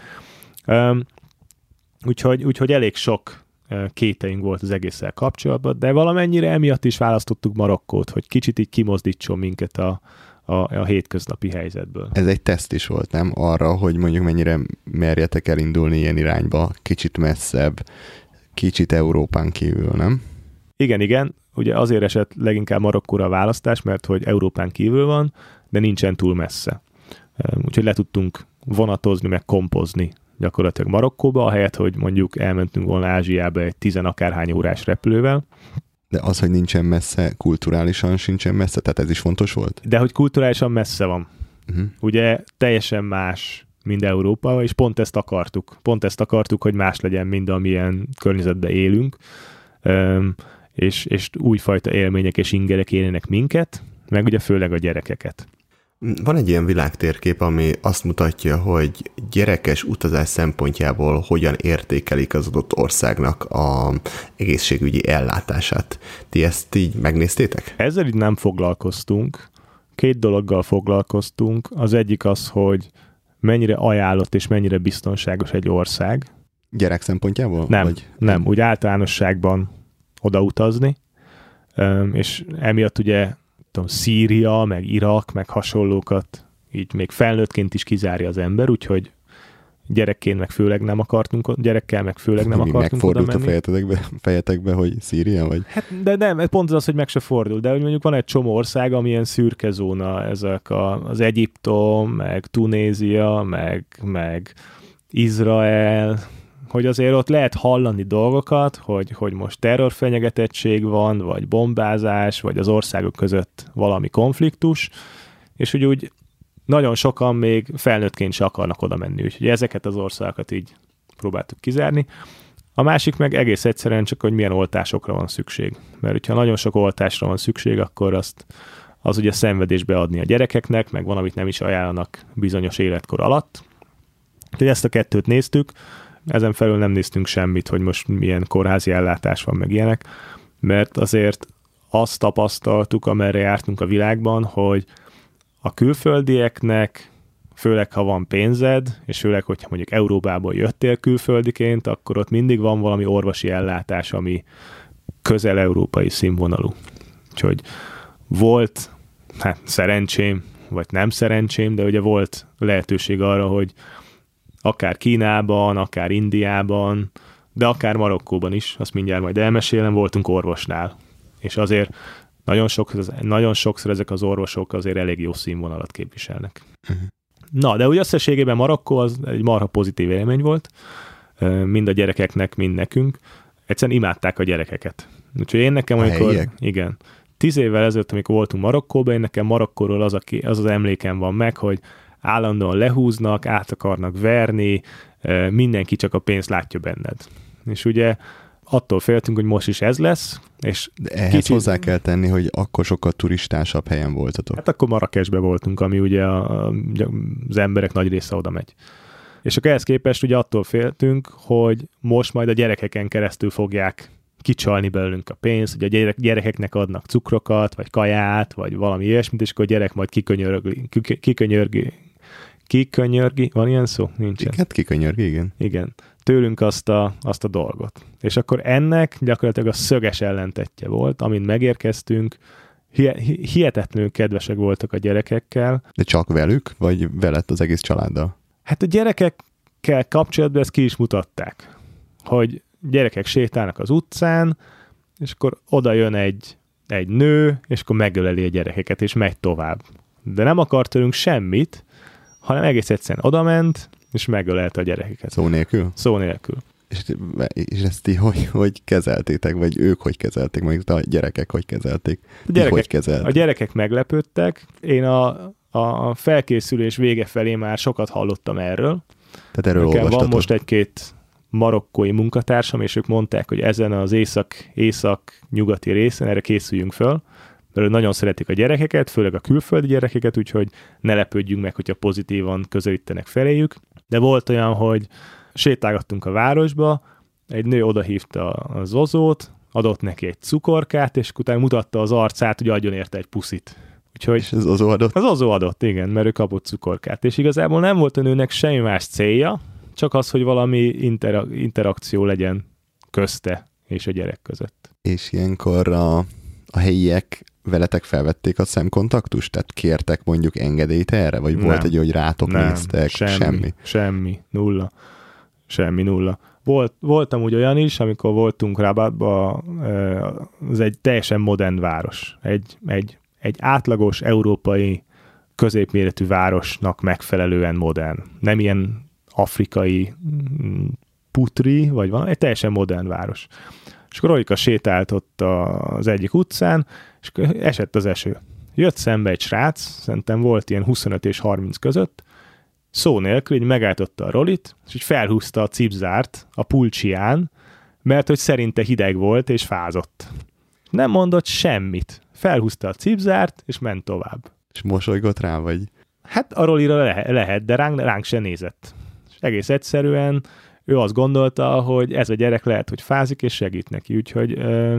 Úgyhogy elég sok kéteink volt az egésszel kapcsolatban, de valamennyire emiatt is választottuk Marokkót, hogy kicsit így kimozdítson minket a hétköznapi helyzetből. Ez egy teszt is volt, nem? Arra, hogy mondjuk mennyire merjetek elindulni ilyen irányba, kicsit messzebb, kicsit Európán kívül, nem? Igen. Ugye azért esett leginkább Marokkóra a választás, mert hogy Európán kívül van, de nincsen túl messze. Úgyhogy le tudtunk vonatozni, meg kompozni gyakorlatilag Marokkóba, ahelyett, hogy mondjuk elmentünk volna Ázsiába egy 10 akárhány órás repülővel. De az, hogy nincsen messze, kulturálisan sincsen messze, tehát ez is fontos volt? De hogy kulturálisan messze van. Ugye teljesen más, mint Európa, és pont ezt akartuk. Pont ezt akartuk, hogy más legyen, mint amilyen környezetben élünk, és újfajta élmények és ingerek éljenek minket, meg ugye főleg a gyerekeket. Van egy ilyen világtérkép, ami azt mutatja, hogy gyerekes utazás szempontjából hogyan értékelik az adott országnak az egészségügyi ellátását. Ti ezt így megnéztétek? Ezzel így nem foglalkoztunk. 2 dologgal foglalkoztunk. Az egyik az, hogy mennyire ajánlott és mennyire biztonságos egy ország. Gyerek szempontjából? Nem. Úgy általánosságban odautazni, és emiatt ugye Szíria, meg Irak, meg hasonlókat így még felnőttként is kizárja az ember, úgyhogy gyerekként meg főleg nem akartunk, gyerekkel meg főleg nem akartunk oda menni. Megfordult a fejetekbe, hogy Szíria vagy? Hát, de nem, pont az, hogy meg se fordul, de hogy mondjuk van egy csomó ország, ami ilyen szürke zóna, ezek az Egyiptom, meg Tunézia, meg Izrael, hogy azért ott lehet hallani dolgokat, hogy most terrorfenyegetettség van, vagy bombázás, vagy az országok között valami konfliktus, és úgy nagyon sokan még felnőttként se akarnak oda menni, úgyhogy ezeket az országokat így próbáltuk kizárni. A másik meg egész egyszerűen csak, hogy milyen oltásokra van szükség. Mert hogyha nagyon sok oltásra van szükség, akkor az ugye szenvedésbe adni a gyerekeknek, meg van, amit nem is ajánlanak bizonyos életkor alatt. Úgyhogy ezt a 2-t néztük, ezen felül nem néztünk semmit, hogy most milyen kórházi ellátás van, meg ilyenek, mert azért azt tapasztaltuk, amerre jártunk a világban, hogy a külföldieknek, főleg ha van pénzed, és főleg, hogyha mondjuk Európából jöttél külföldiként, akkor ott mindig van valami orvosi ellátás, ami közel európai színvonalú. Úgyhogy volt, szerencsém, vagy nem szerencsém, de ugye volt lehetőség arra, hogy akár Kínában, akár Indiában, de akár Marokkóban is, azt mindjárt majd elmesélem, voltunk orvosnál. És azért nagyon sokszor ezek az orvosok azért elég jó színvonalat képviselnek. Na, de úgy összességében Marokkó az egy marha pozitív élmény volt, mind a gyerekeknek, mind nekünk. Egyszerűen imádták a gyerekeket. Úgyhogy én nekem, amikor... Igen. 10 évvel ezelőtt, amikor voltunk Marokkóban, én nekem Marokkóról az emlékem van meg, hogy állandóan lehúznak, át akarnak verni, mindenki csak a pénzt látja benned. És ugye attól féltünk, hogy most is ez lesz. És de ehhez hozzá kell tenni, hogy akkor sokkal turistásabb helyen voltatok. Hát akkor Marrakesben voltunk, ami ugye az emberek nagy része oda megy. És akkor ehhez képest ugye attól féltünk, hogy most majd a gyerekeken keresztül fogják kicsalni belőlünk a pénzt, hogy a gyerekeknek adnak cukrokat, vagy kaját, vagy valami ilyesmit, és akkor a gyerek majd kikönyörgi, van ilyen szó? Nincsen. Hát kikönyörgi, igen. Igen. Tőlünk azt a dolgot. És akkor ennek gyakorlatilag a szöges ellentetje volt, amint megérkeztünk, hihetetlenül kedvesek voltak a gyerekekkel. De csak velük, vagy veled az egész családdal? Hát a gyerekekkel kapcsolatban ezt ki is mutatták, hogy gyerekek sétálnak az utcán, és akkor oda jön egy nő, és akkor megöleli a gyerekeket, és megy tovább. De nem akart tőlünk semmit, hanem egész egyszerűen odament, és megölelte a gyerekeket. Szó nélkül? Szó nélkül. És ezt ti hogy kezeltétek, vagy ők hogy kezelték, vagy a gyerekek hogy kezelték? A gyerekek meglepődtek. Én a felkészülés vége felé már sokat hallottam erről. Tehát erről olvastatok? Van most egy-két marokkói munkatársam, és ők mondták, hogy ezen az észak-nyugati részen erre készüljünk föl, mert nagyon szeretik a gyerekeket, főleg a külföldi gyerekeket, úgyhogy ne lepődjünk meg, hogyha pozitívan közelítenek feléjük. De volt olyan, hogy sétálgattunk a városba, egy nő odahívta a Zozót, adott neki egy cukorkát, és utána mutatta az arcát, hogy adjon érte egy puszit. Úgyhogy és az Zozó adott? Az Zozó adott, igen, mert ő kapott cukorkát. És igazából nem volt a nőnek semmi más célja, csak az, hogy valami interakció legyen közte és a gyerek között. És ilyenkor a helyiek veletek felvették a szemkontaktust? Tehát kértek mondjuk engedélyt erre? Vagy nem. Volt egy, hogy rátok néztek? Semmi. Nulla. Voltam úgy olyan is, amikor voltunk Rabatban, az egy teljesen modern város. Egy átlagos európai középméretű városnak megfelelően modern. Nem ilyen afrikai putri, vagy valami, egy teljesen modern város. És akkor Rolika sétált ott az egyik utcán, és esett az eső. Jött szembe egy srác, szerintem volt ilyen 25 és 30 között, szó nélkül így megálltotta a Rolit, és így felhúzta a cipzárt a pulcsián, mert hogy szerinte hideg volt, és fázott. Nem mondott semmit. Felhúzta a cipzárt, és ment tovább. És mosolygott rá, vagy? Hát a Rolira lehet, de ránk se nézett. És egész egyszerűen ő azt gondolta, hogy ez a gyerek lehet, hogy fázik, és segít neki. Úgyhogy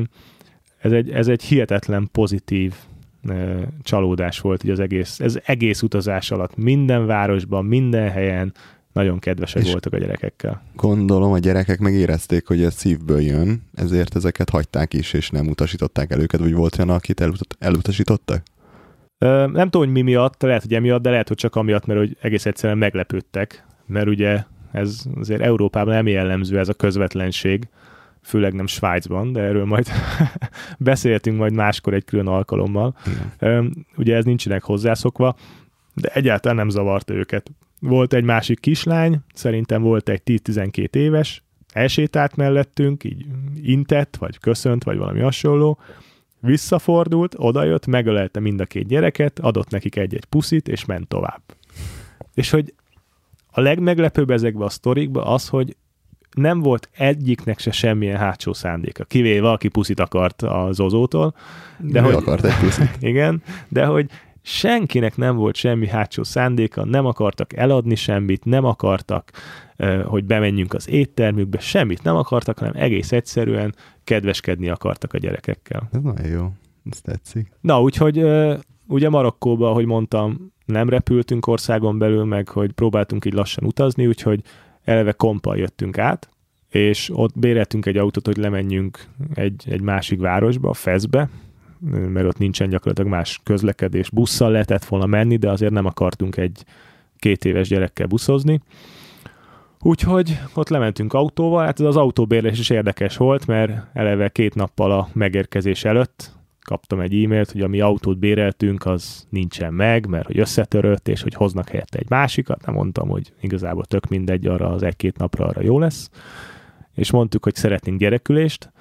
ez egy hihetetlen pozitív csalódás volt így ez egész utazás alatt. Minden városban, minden helyen nagyon kedvesek voltak a gyerekekkel. Gondolom, a gyerekek megérezték, hogy ez szívből jön, ezért ezeket hagyták is, és nem utasították el őket, vagy volt olyan, akit elutasítottak? Nem tudom, hogy mi miatt, lehet, hogy emiatt, de lehet, hogy csak amiatt, mert hogy egész egyszerűen meglepődtek, mert ugye ez azért Európában nem jellemző ez a közvetlenség, főleg nem Svájcban, de erről majd beszéltünk majd máskor egy külön alkalommal. Ugye ez nincsenek hozzászokva, de egyáltalán nem zavarta őket. Volt egy másik kislány, szerintem volt egy 10-12 éves, elsétált mellettünk, így intett, vagy köszönt, vagy valami hasonló, visszafordult, odajött, megölelte mind a két gyereket, adott nekik egy-egy puszit, és ment tovább. És hogy a legmeglepőbb ezekben a sztorikban az, hogy nem volt egyiknek se semmilyen hátsó szándéka, kivéve aki puszit akart a Zozótól. De hogy akart egy puszit. Igen, de hogy senkinek nem volt semmi hátsó szándéka, nem akartak eladni semmit, nem akartak, hogy bemenjünk az éttermükbe, semmit nem akartak, hanem egész egyszerűen kedveskedni akartak a gyerekekkel. Ez nagyon jó, ez tetszik. Na, úgyhogy ugye Marokkóba, ahogy mondtam, nem repültünk országon belül, meg hogy próbáltunk így lassan utazni, úgyhogy eleve kompal jöttünk át, és ott béreltünk egy autót, hogy lemenjünk egy másik városba, Fezbe, mert ott nincsen gyakorlatilag más közlekedés. Busszal lehetett volna menni, de azért nem akartunk egy 2 éves gyerekkel buszozni. Úgyhogy ott lementünk autóval, hát ez az autóbérlés is érdekes volt, mert eleve 2 nappal a megérkezés előtt kaptam egy e-mailt, hogy a mi autót béreltünk, az nincsen meg, mert hogy összetörött, és hogy hoznak helyette egy másikat. Nem mondtam, hogy igazából tök mindegy, arra az 1-2 napra arra jó lesz. És mondtuk, hogy szeretnénk gyerekülést.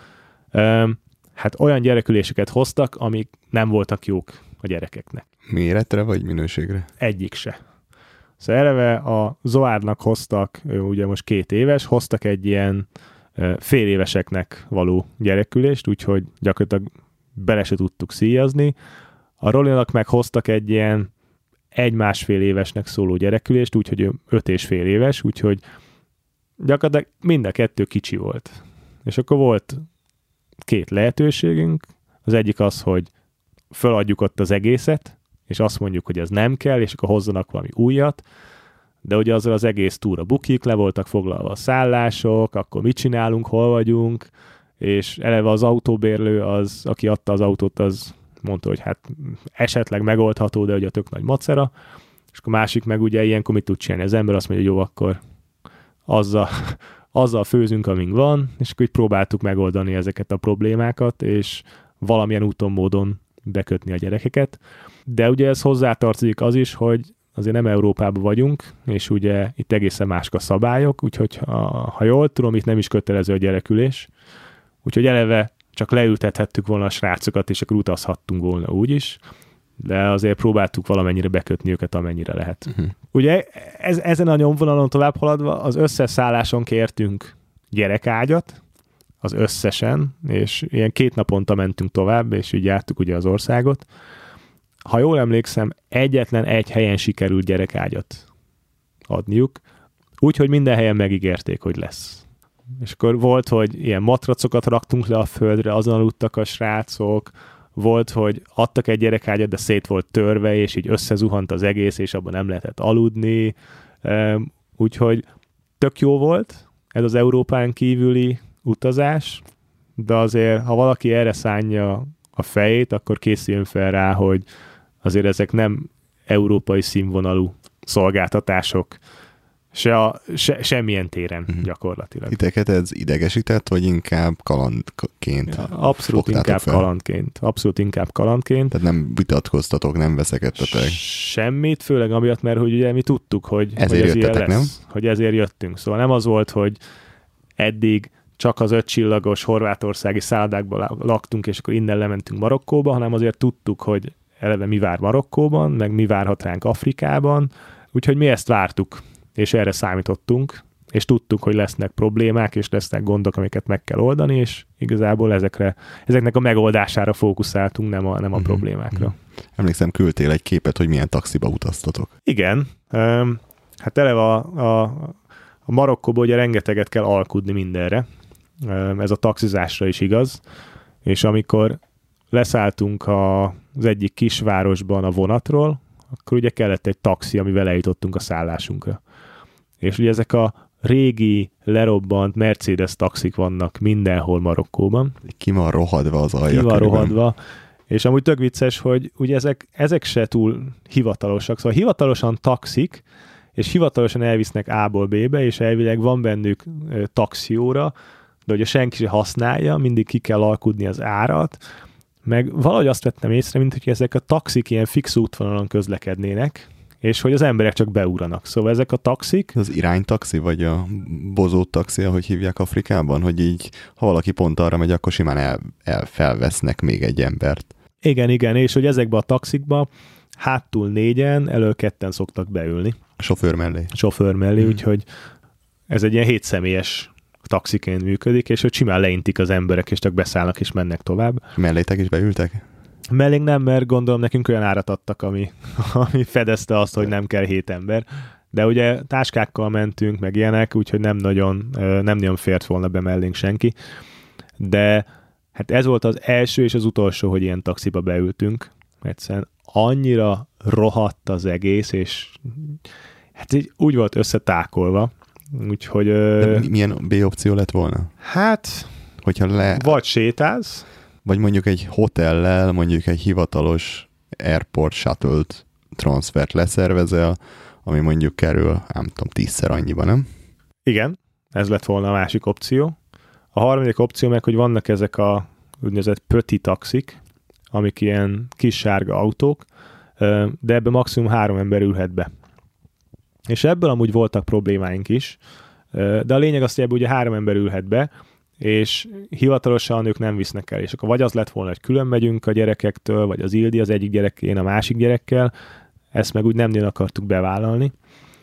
Hát olyan gyereküléseket hoztak, amik nem voltak jók a gyerekeknek. Méretre vagy minőségre? Egyik se. Szóval eleve a Zoárnak hoztak, ő ugye most 2 éves, hoztak egy ilyen fél éveseknek való gyerekülést, úgyhogy gyakorlatilag bele se tudtuk szíjazni. A Rolinak meg hoztak egy ilyen 1-1,5 évesnek szóló gyerekülést, úgyhogy ő 5,5 éves, úgyhogy gyakorlatilag mind a 2 kicsi volt. És akkor volt 2 lehetőségünk. Az egyik az, hogy feladjuk ott az egészet, és azt mondjuk, hogy ez nem kell, és akkor hozzanak valami újat, de ugye azzal az egész túra bukik, le voltak foglalva a szállások, akkor mit csinálunk, hol vagyunk, és eleve az autóbérlő, az, aki adta az autót, az mondta, hogy hát esetleg megoldható, de ugye tök nagy macera, és akkor másik meg ugye ilyenkor mit tud csinálni? Az ember azt mondja, hogy jó, akkor azzal főzünk, amink van, és akkor így próbáltuk megoldani ezeket a problémákat, és valamilyen úton, módon bekötni a gyerekeket. De ugye ez hozzátartozik az is, hogy azért nem Európában vagyunk, és ugye itt egészen másk a szabályok, úgyhogy ha jól tudom, itt nem is kötelező a gyerekülés, úgyhogy eleve csak leültethettük volna a srácokat, és akkor utazhattunk volna úgyis, de azért próbáltuk valamennyire bekötni őket, amennyire lehet. Uh-huh. Ugye ezen a nyomvonalon tovább haladva az összes szálláson kértünk gyerekágyat, az összesen, és ilyen 2 naponta mentünk tovább, és így jártuk ugye az országot. Ha jól emlékszem, egyetlen egy helyen sikerült gyerekágyat adniuk, úgyhogy minden helyen megígérték, hogy lesz. És akkor volt, hogy ilyen matracokat raktunk le a földre, azon aludtak a srácok, volt, hogy adtak egy gyerekágyat, de szét volt törve, és így összezuhant az egész, és abban nem lehetett aludni. Úgyhogy tök jó volt ez az Európán kívüli utazás, de azért, ha valaki erre szánja a fejét, akkor készüljön fel rá, hogy azért ezek nem európai színvonalú szolgáltatások, semmilyen téren gyakorlatilag. Titeket ez idegesített, vagy inkább kalandként? Ja, abszolút inkább kalandként. Abszolút inkább kalandként. Tehát nem vitatkoztatok, nem veszekedtetek? Semmit, főleg amiatt, mert hogy ugye mi tudtuk, hogy ezért ez ilyen lesz, nem? Hogy ezért jöttünk. Szóval nem az volt, hogy eddig csak az 5 csillagos horvátországi szállodákban laktunk, és akkor innen lementünk Marokkóba, hanem azért tudtuk, hogy eleve mi vár Marokkóban, meg mi várhat ránk Afrikában, úgyhogy mi ezt vártuk, és erre számítottunk, és tudtuk, hogy lesznek problémák, és lesznek gondok, amiket meg kell oldani, és igazából ezeknek a megoldására fókuszáltunk, nem a problémákra. Emlékszem, küldtél egy képet, hogy milyen taxiba utaztatok. Igen, hát eleve a Marokkóban ugye rengeteget kell alkudni mindenre, ez a taxizásra is igaz, és amikor leszálltunk az egyik kisvárosban a vonatról, akkor ugye kellett egy taxi, amivel eljutottunk a szállásunkra. És ugye ezek a régi, lerobbant Mercedes taxik vannak mindenhol Marokkóban. Ki van rohadva az alja. Ki van rohadva. És amúgy tök vicces, hogy ugye ezek se túl hivatalosak. Szóval hivatalosan taxik, és hivatalosan elvisznek A-ból B-be, és elvileg van bennük taxióra, de ugye senki se használja, mindig ki kell alkudni az árat, meg valahogy azt vettem észre, mint hogy ezek a taxik ilyen fix útvonalon közlekednének, és hogy az emberek csak beugranak. Szóval ezek a taxik... Az iránytaxi, vagy a bozó taxi, ahogy hívják Afrikában, hogy így, ha valaki pont arra megy, akkor simán felvesznek még egy embert. Igen, és hogy ezekben a taxikban hátul 4-en, elől 2-en szoktak beülni. A sofőr mellé. Úgyhogy ez egy ilyen 7 személyes taxiként működik, és hogy simán leintik az emberek, és csak beszállnak, és mennek tovább. Mellétek is beültek? Mellénk nem, mert gondolom nekünk olyan árat adtak, ami fedezte azt, hogy nem kell 7 ember. De ugye táskákkal mentünk, meg ilyenek, úgyhogy nem nagyon fért volna be mellénk senki. De hát ez volt az első és az utolsó, hogy ilyen taxiba beültünk. Egyszerűen annyira rohadt az egész, és hát így úgy volt összetákolva. Úgyhogy... De milyen B-opció lett volna? Hát... Hogyha vagy sétálsz, vagy mondjuk egy hotellel, mondjuk egy hivatalos airport shuttle transfert leszervezel, ami mondjuk kerül, nem tudom, 10-szer annyiba, nem? Igen, ez lett volna a másik opció. A harmadik opció meg, hogy vannak ezek a úgynevezett pöti taxik, amik ilyen kis sárga autók, de ebbe maximum 3 ember ülhet be. És ebből amúgy voltak problémáink is, de a lényeg az, hogy ebből ugye 3 ember ülhet be, és hivatalosan ők nem visznek el. És akkor vagy az lett volna, hogy külön megyünk a gyerekektől, vagy az Ildi az egyik gyerek, én a másik gyerekkel, ezt meg úgy nem akartuk bevállalni.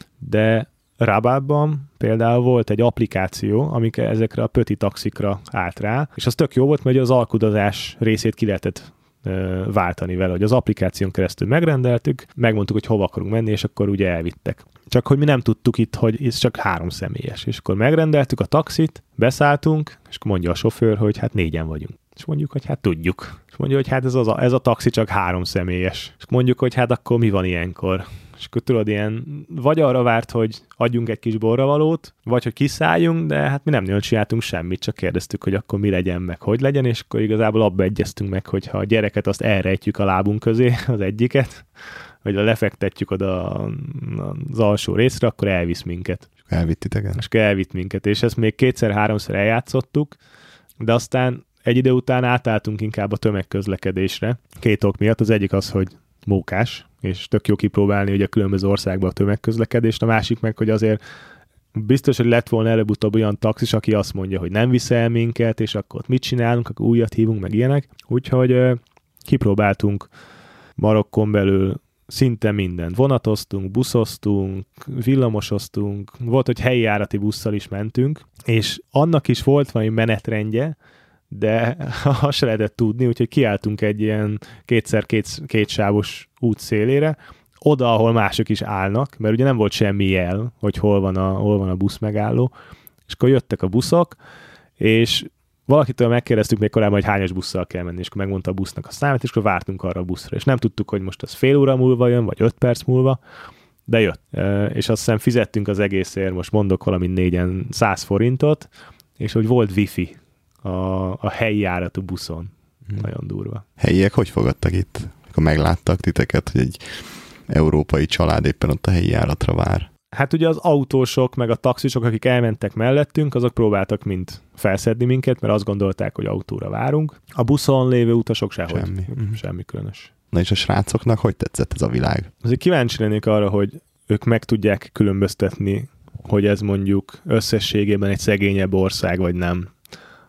De Rabatban például volt egy applikáció, amik ezekre a pöti taxikra állt rá, és az tök jó volt, mert az alkudozás részét ki lehetett váltani vele, hogy az applikáción keresztül megrendeltük, megmondtuk, hogy hova akarunk menni, és akkor ugye elvittek. Csak hogy mi nem tudtuk itt, hogy ez csak 3 személyes. És akkor megrendeltük a taxit, beszálltunk, és akkor mondja a sofőr, hogy hát 4-en vagyunk. És mondjuk, hogy hát tudjuk. És mondja, hogy hát ez a taxi csak 3 személyes. És mondjuk, hogy hát akkor mi van ilyenkor? És akkor tudod, ilyen vagy arra várt, hogy adjunk egy kis borravalót, vagy hogy kiszálljunk, de hát mi nem nagyon csináltunk semmit, csak kérdeztük, hogy akkor mi legyen, meg hogy legyen, és akkor igazából abba egyeztünk meg, hogy ha a gyereket azt elrejtjük a lábunk közé, az egyiket, vagy lefektetjük oda az alsó részre, akkor elvisz minket. Elvittiteket? És akkor elvitt minket, és ezt még 2-3-szor eljátszottuk, de aztán egy idő után átálltunk inkább a tömegközlekedésre. 2 ok miatt, az egyik az, hogy mókás, és tök jó kipróbálni ugye a különböző országban a tömegközlekedést, a másik meg, hogy azért biztos, hogy lett volna előbb-utóbb olyan taxis, aki azt mondja, hogy nem visz el minket, és akkor mit csinálunk, akkor újat hívunk, meg ilyenek. Úgyhogy kipróbáltunk Marokkon belül szinte mindent. Vonatoztunk, buszoztunk, villamosoztunk, volt, hogy helyi járati busszal is mentünk, és annak is volt valami menetrendje, de azt se lehetett tudni, úgyhogy kiálltunk egy ilyen 2x2 sávos út szélére, oda, ahol mások is állnak, mert ugye nem volt semmi jel, hogy hol van a busz megálló, és akkor jöttek a buszok, és valakitől megkérdeztük még korábban, hogy hányas busszal kell menni, és akkor megmondta a busznak a számát, és akkor vártunk arra a buszra, és nem tudtuk, hogy most az fél óra múlva jön, vagy 5 perc múlva, de jött. És azt hiszem fizettünk az egészért, most mondok valami 4-en 100 forintot, és hogy volt wifi a helyi járatú buszon. Nagyon durva. Helyiek hogy fogadtak itt? Akkor megláttak titeket, hogy egy európai család éppen ott a helyi járatra vár? Hát ugye az autósok, meg a taxisok, akik elmentek mellettünk, azok próbáltak mind felszedni minket, mert azt gondolták, hogy autóra várunk. A buszon lévő utasok sehogy. Semmi különös. Na és a srácoknak hogy tetszett ez a világ? Azért kíváncsi lennék arra, hogy ők meg tudják különböztetni, hogy ez mondjuk összességében egy szegényebb ország, vagy nem.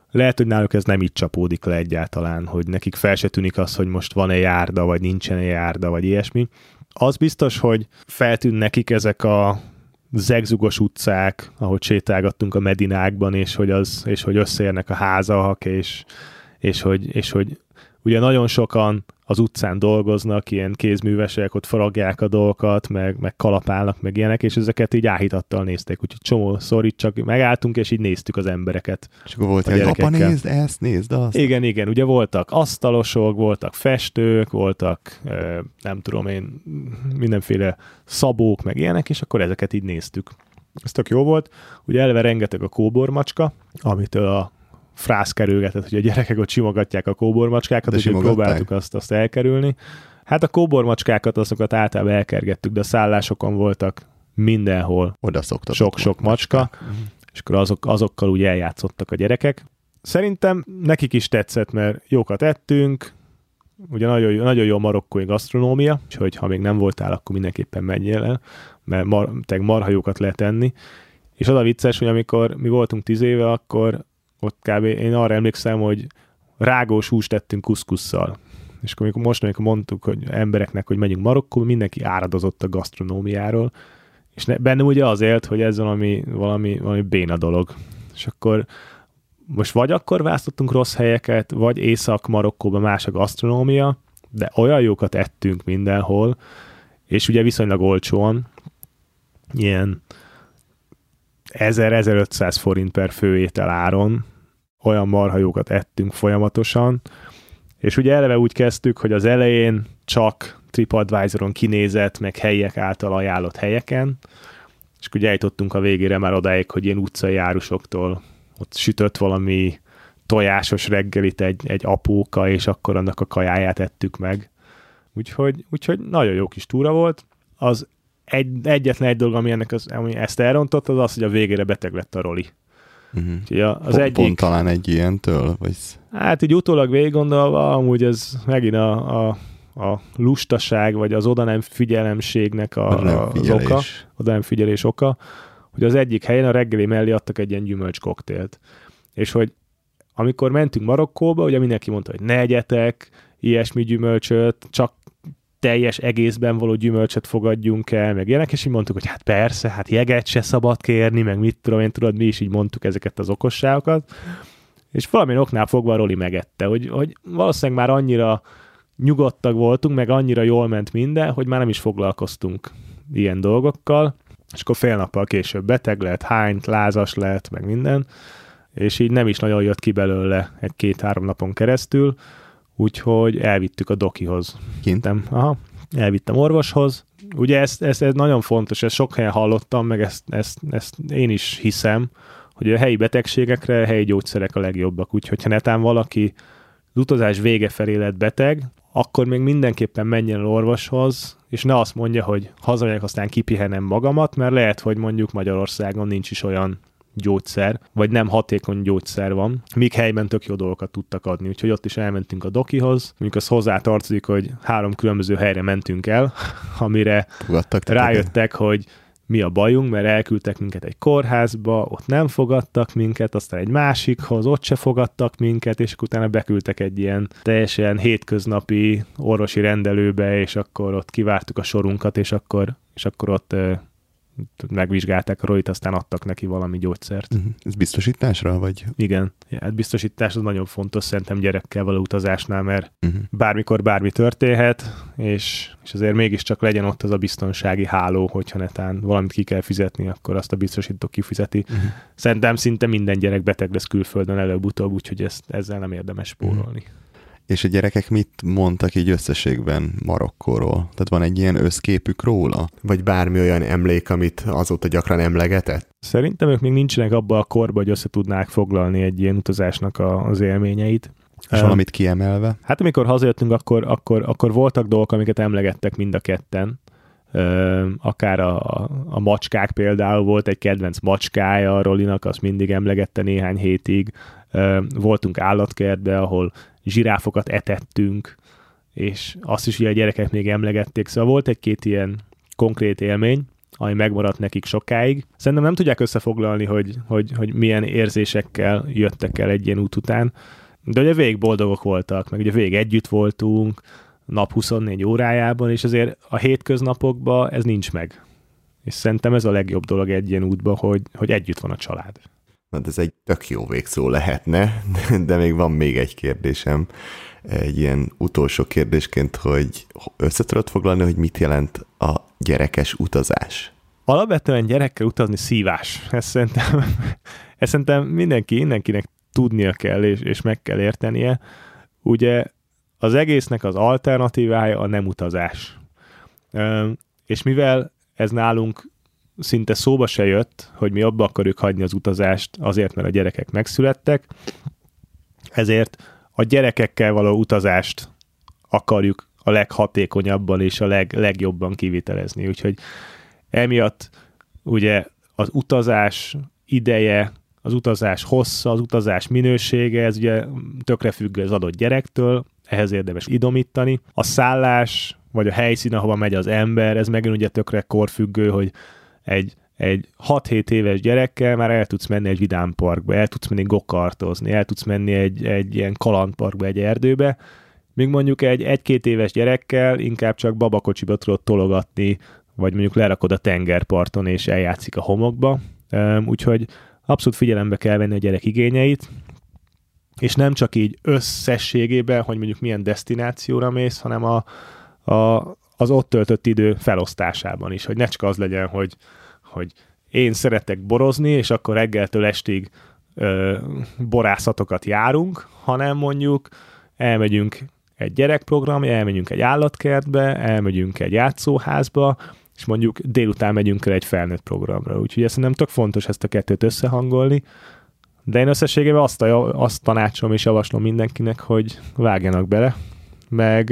lehet, hogy náluk ez nem így csapódik le egyáltalán, hogy nekik fel se tűnik az, hogy most van-e járda, vagy nincsen-e járda, vagy ilyesmi. Az biztos, hogy feltűn nekik ezek a zegzugos utcák, ahogy sétálgattunk a Medinákban, és hogy összeérnek a házak, és hogy ugye nagyon sokan az utcán dolgoznak, ilyen kézművesek, ott faragják a dolgokat, meg kalapálnak, meg ilyenek, és ezeket így áhítattal nézték, úgyhogy csomószor itt csak megálltunk, és így néztük az embereket. És akkor volt egy apa, nézd ezt, nézd azt. Igen, ugye voltak asztalosok, voltak festők, voltak nem tudom én, mindenféle szabók, meg ilyenek, és akkor ezeket így néztük. Ez tök jó volt. Ugye eleve rengeteg a kóbormacska, amitől a frász kerülgetett, hogy a gyerekek ott simogatják a kóbormacskákat, úgyhogy próbáltuk azt elkerülni. Hát a kóbormacskákat, azokat általában elkergettük, de a szállásokon voltak mindenhol sok-sok macska, és akkor azokkal úgy eljátszottak a gyerekek. Szerintem nekik is tetszett, mert jókat ettünk, ugye nagyon jó a marokkói gasztronómia, úgyhogy ha még nem voltál, akkor mindenképpen menjél el, mert marha jókat lehet enni. És az a vicces, hogy amikor mi voltunk 10 éve, akkor ott kb. Én arra emlékszem, hogy rágós húst tettünk kuszkusszal. És amikor mondtuk hogy embereknek, hogy menjünk Marokkóba, mindenki áradozott a gasztronómiáról. És bennem ugye az élt, hogy ez valami béna dolog. És akkor most vagy akkor választottunk rossz helyeket, vagy Észak-Marokkóban más a gasztronómia, de olyan jókat ettünk mindenhol, és ugye viszonylag olcsóan, ilyen 1000-1500 forint per főétel áron, olyan marha jókat ettünk folyamatosan, és ugye eleve úgy kezdtük, hogy az elején csak TripAdvisoron kinézett, meg helyiek által ajánlott helyeken, és ugye eljutottunk a végére már odáig, hogy ilyen utcai árusoktól ott sütött valami tojásos reggelit egy apóka, és akkor annak a kajáját ettük meg. Úgyhogy nagyon jó kis túra volt. Az egyetlen egy dolog, ami ezt elrontott, az az, hogy a végére beteg lett a Roli. Pont talán egy ilyentől? Vagy... Hát így utólag végig gondolva, amúgy ez megint a lustaság, vagy az oda nem figyelemségnek az oka, oda nem figyelés oka, hogy az egyik helyen a reggeli mellé adtak egy ilyen gyümölcs koktélt. És hogy amikor mentünk Marokkóba, ugye mindenki mondta, hogy ne egyetek ilyesmi gyümölcsöt, csak teljes egészben való gyümölcsöt fogadjunk el, meg ilyenek, és így mondtuk, hogy hát persze, hát jeget se szabad kérni, meg mit tudom én, tudod, mi is így mondtuk ezeket az okosságokat, és valamilyen oknál fogva a Roli megette, hogy valószínűleg már annyira nyugodtak voltunk, meg annyira jól ment minden, hogy már nem is foglalkoztunk ilyen dolgokkal, és akkor fél nappal később beteg lett, hányt, lázas lett, meg minden, és így nem is nagyon jött ki belőle egy 2-3 napon keresztül, úgyhogy elvittük a dokihoz. Elvittem orvoshoz. Ugye ez nagyon fontos, ezt sok helyen hallottam, meg ezt én is hiszem, hogy a helyi betegségekre a helyi gyógyszerek a legjobbak. Úgyhogy ha netán valaki az utazás vége felé lett beteg, akkor még mindenképpen menjen el orvoshoz, és ne azt mondja, hogy hazamegyek, aztán kipihenem magamat, mert lehet, hogy mondjuk Magyarországon nincs is olyan gyógyszer, vagy nem hatékony gyógyszer van, míg helyben tök jó dolgokat tudtak adni. Úgyhogy ott is elmentünk a dokihoz. Mondjuk az hozzátartozik, hogy 3 különböző helyre mentünk el, amire rájöttek, hogy mi a bajunk, mert elküldtek minket egy kórházba, ott nem fogadtak minket, aztán egy másikhoz, ott se fogadtak minket, és utána beküldtek egy ilyen teljesen hétköznapi orvosi rendelőbe, és akkor ott kivártuk a sorunkat, és akkor ott megvizsgálták a Rolit, aztán adtak neki valami gyógyszert. Ez biztosításra, vagy? Igen, hát biztosítás az nagyon fontos szerintem gyerekkel való utazásnál, mert bármikor bármi történhet, és azért mégiscsak legyen ott az a biztonsági háló, hogyha netán valamit ki kell fizetni, akkor azt a biztosító kifizeti. Szerintem szinte minden gyerek beteg lesz külföldön előbb-utóbb, úgyhogy ezzel nem érdemes spórolni. És a gyerekek mit mondtak így összességben Marokkóról? Tehát van egy ilyen összképük róla? Vagy bármi olyan emlék, amit azóta gyakran emlegetett? Szerintem ők még nincsenek abban a korban, hogy össze tudnák foglalni egy ilyen utazásnak az élményeit. És valamit kiemelve? Hát amikor hazajöttünk, akkor voltak dolgok, amiket emlegettek mind a ketten. Akár a macskák például, volt egy kedvenc macskája a Rolinak, azt mindig emlegette néhány hétig. Voltunk állatkertbe, ahol zsiráfokat etettünk, és azt is ugye a gyerekek még emlegették. Szóval volt egy-két ilyen konkrét élmény, ami megmaradt nekik sokáig. Szerintem nem tudják összefoglalni, hogy milyen érzésekkel jöttek el egy ilyen út után, de ugye végig boldogok voltak, meg ugye végig együtt voltunk, nap 24 órájában, és azért a hétköznapokban ez nincs meg. És szerintem ez a legjobb dolog egy ilyen útban, hogy együtt van a család. Hát ez egy tök jó végszó lehetne, de még van még egy kérdésem. Egy ilyen utolsó kérdésként, hogy össze tudod foglalni, hogy mit jelent a gyerekes utazás? Alapvetően gyerekkel utazni szívás. Ezt szerintem mindenkinek tudnia kell, és meg kell értenie. Ugye az egésznek az alternatívája a nem utazás. És mivel ez nálunk szinte szóba se jött, hogy mi abba akarjuk hagyni az utazást azért, mert a gyerekek megszülettek, ezért a gyerekekkel való utazást akarjuk a leghatékonyabban és a legjobban kivitelezni. Úgyhogy emiatt ugye az utazás ideje, az utazás hossza, az utazás minősége, ez ugye tökre függ az adott gyerektől, ehhez érdemes idomítani. A szállás, vagy a helyszín, ahova megy az ember, ez megint ugye tökre korfüggő, hogy egy 6-7 éves gyerekkel már el tudsz menni egy vidámparkba, el tudsz menni gokartozni, el tudsz menni egy ilyen kalandparkba, egy erdőbe, míg mondjuk egy 1-2 éves gyerekkel inkább csak babakocsiba tudod tologatni, vagy mondjuk lerakod a tengerparton, és eljátszik a homokba. Úgyhogy abszolút figyelembe kell venni a gyerek igényeit, és nem csak így összességében, hogy mondjuk milyen desztinációra mész, hanem az ott töltött idő felosztásában is, hogy ne csak az legyen, hogy én szeretek borozni, és akkor reggeltől estig borászatokat járunk, hanem mondjuk elmegyünk egy gyerekprogram, elmegyünk egy állatkertbe, elmegyünk egy játszóházba, és mondjuk délután megyünk el egy felnőtt programra. Úgyhogy ezt nem tök fontos ezt a kettőt összehangolni, de én összességében azt tanácsolom és javaslom mindenkinek, hogy vágjanak bele, meg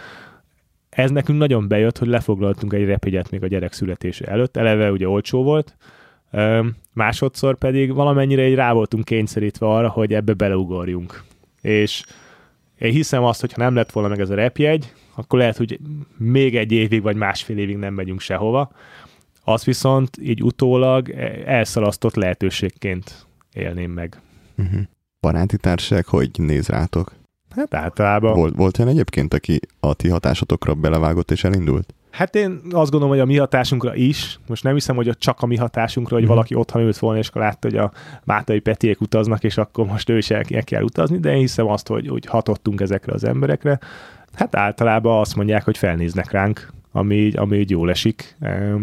ez nekünk nagyon bejött, hogy lefoglaltunk egy repjegyet még a gyerek születése előtt. Eleve ugye olcsó volt, másodszor pedig valamennyire így rá voltunk kényszerítve arra, hogy ebbe beleugorjunk. És én hiszem azt, hogy ha nem lett volna meg ez a repjegy, akkor lehet, hogy még egy évig vagy másfél évig nem megyünk sehova. Azt viszont így utólag elszalasztott lehetőségként élném meg. Uh-huh. Baráti társaság hogy néz rátok? Hát általában. Volt olyan egyébként, aki a ti hatásotokra belevágott és elindult? Hát én azt gondolom, hogy a mi hatásunkra is. Most nem hiszem, hogy csak a mi hatásunkra, hogy valaki otthon ült volna, és akkor látta, hogy a Mátai Petiék utaznak, és akkor most ő is el kell utazni, de én hiszem azt, hogy hatottunk ezekre az emberekre. Hát általában azt mondják, hogy felnéznek ránk, ami így jól esik.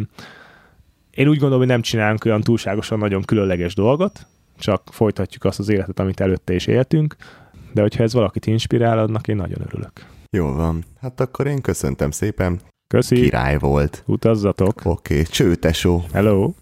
Én úgy gondolom, hogy nem csinálunk olyan túlságosan nagyon különleges dolgot, csak folytatjuk azt az életet, amit előtte is éltünk, de hogyha ez valakit inspirál, annak én nagyon örülök. Jól van. Hát akkor én köszöntem szépen. Köszi. Király volt. Utazzatok. Oké, cső tesó. Hello.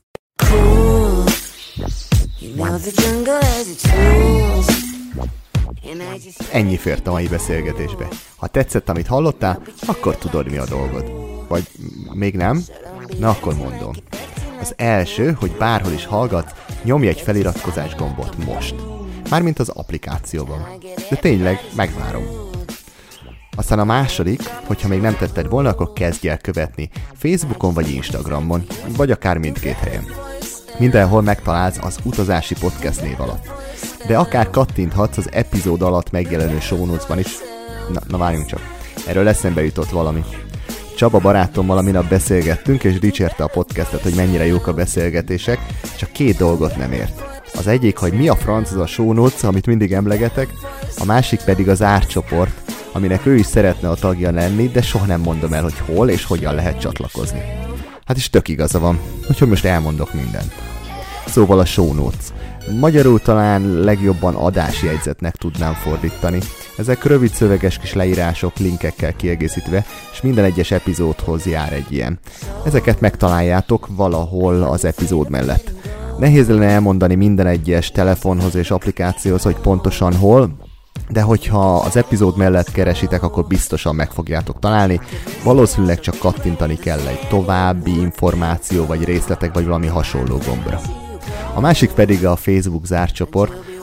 Ennyi fért a mai beszélgetésbe. Ha tetszett, amit hallottál, akkor tudod, mi a dolgod. Vagy még nem? Na akkor mondom. Az első, hogy bárhol is hallgatsz, nyomj egy feliratkozás gombot most. Mármint az applikációban. De tényleg, megvárom. Aztán a második, hogyha még nem tetted volna, akkor kezdj el követni Facebookon vagy Instagramon, vagy akár mindkét helyen. Mindenhol megtalálsz az Utazási Podcast név alatt. De akár kattinthatsz az epizód alatt megjelenő show notes-ban is. Na várjunk csak, erről eszembe jutott valami. Csaba barátommal a minap beszélgettünk, és dicsérte a podcastet, hogy mennyire jók a beszélgetések, csak 2 dolgot nem ért. Az egyik, hogy mi a franc az a show notes, amit mindig emlegetek, a másik pedig az árcsoport, aminek ő is szeretne a tagja lenni, de soha nem mondom el, hogy hol és hogyan lehet csatlakozni. Hát is tök igaza van, úgyhogy most elmondok mindent. Szóval a show notes. Magyarul talán legjobban adásjegyzetnek tudnám fordítani. Ezek rövid szöveges kis leírások, linkekkel kiegészítve, és minden egyes epizódhoz jár egy ilyen. Ezeket megtaláljátok valahol az epizód mellett. Nehéz lenne elmondani minden egyes telefonhoz és applikációhoz, hogy pontosan hol, de hogyha az epizód mellett keresitek, akkor biztosan meg fogjátok találni. Valószínűleg csak kattintani kell egy további információ, vagy részletek, vagy valami hasonló gombra. A másik pedig a Facebook zárt csoport,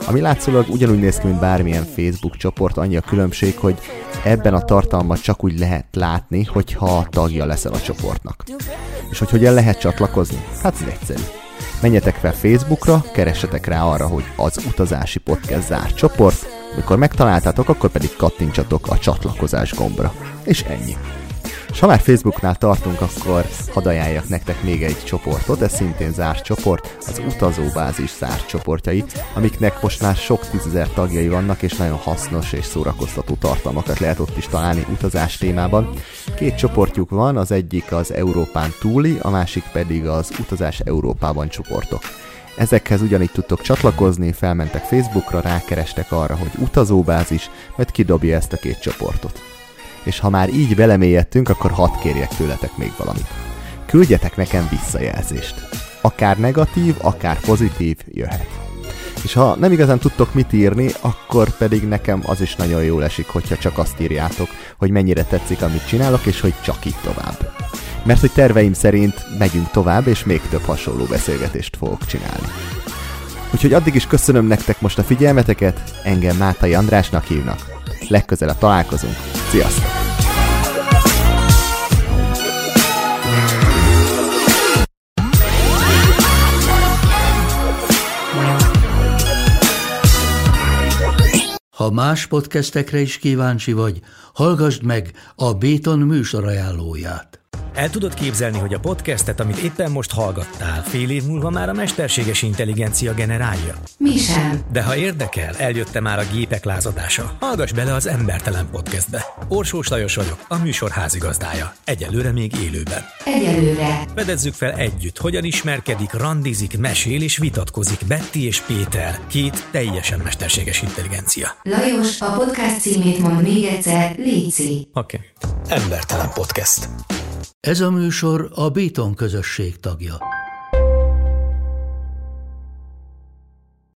ami látszólag ugyanúgy néz ki, mint bármilyen Facebook csoport, annyi a különbség, hogy ebben a tartalmat csak úgy lehet látni, hogyha tagja leszel a csoportnak. És hogy hogyan lehet csatlakozni? Hát ez egyszerű. Menjetek fel Facebookra, keressetek rá arra, hogy az Utazási Podcast zárt csoport, mikor megtaláltátok, akkor pedig kattintsatok a csatlakozás gombra. És ennyi. És ha már Facebooknál tartunk, akkor hadd ajánljak nektek még egy csoportot, ez szintén zárt csoport, az Utazóbázis zárt csoportjai, amiknek most már sok tízezer tagjai vannak, és nagyon hasznos és szórakoztató tartalmakat lehet ott is találni utazás témában. 2 csoportjuk van, az egyik az Európán túli, a másik pedig az Utazás Európában csoportok. Ezekhez ugyanígy tudtok csatlakozni, felmentek Facebookra, rákerestek arra, hogy Utazóbázis, majd kidobja ezt a 2 csoportot. És ha már így belemélyedtünk, akkor hadd kérjek tőletek még valamit. Küldjetek nekem visszajelzést. Akár negatív, akár pozitív jöhet. És ha nem igazán tudtok mit írni, akkor pedig nekem az is nagyon jól esik, hogyha csak azt írjátok, hogy mennyire tetszik, amit csinálok, és hogy csak így tovább. Mert hogy terveim szerint megyünk tovább, és még több hasonló beszélgetést fogok csinálni. Úgyhogy addig is köszönöm nektek most a figyelmeteket, engem Mátai Andrásnak hívnak. Legközelebb találkozunk. Sziasztok! Ha más podcastekre is kíváncsi vagy, hallgassd meg a Béton műsor ajánlóját. El tudod képzelni, hogy a podcastet, amit éppen most hallgattál, fél év múlva már a mesterséges intelligencia generálja? Mi sem. De ha érdekel, eljött már a gépek lázadása. Hallgass bele az Embertelen Podcastbe. Orsós Lajos vagyok, a műsor házigazdája. Egyelőre még élőben. Egyelőre. Fedezzük fel együtt, hogyan ismerkedik, randizik, mesél és vitatkozik Betty és Péter, 2 teljesen mesterséges intelligencia. Lajos, a podcast címét mondd még egyszer, léci. Oké. Embertelen Podcast. Ez a műsor a Béton közösség tagja.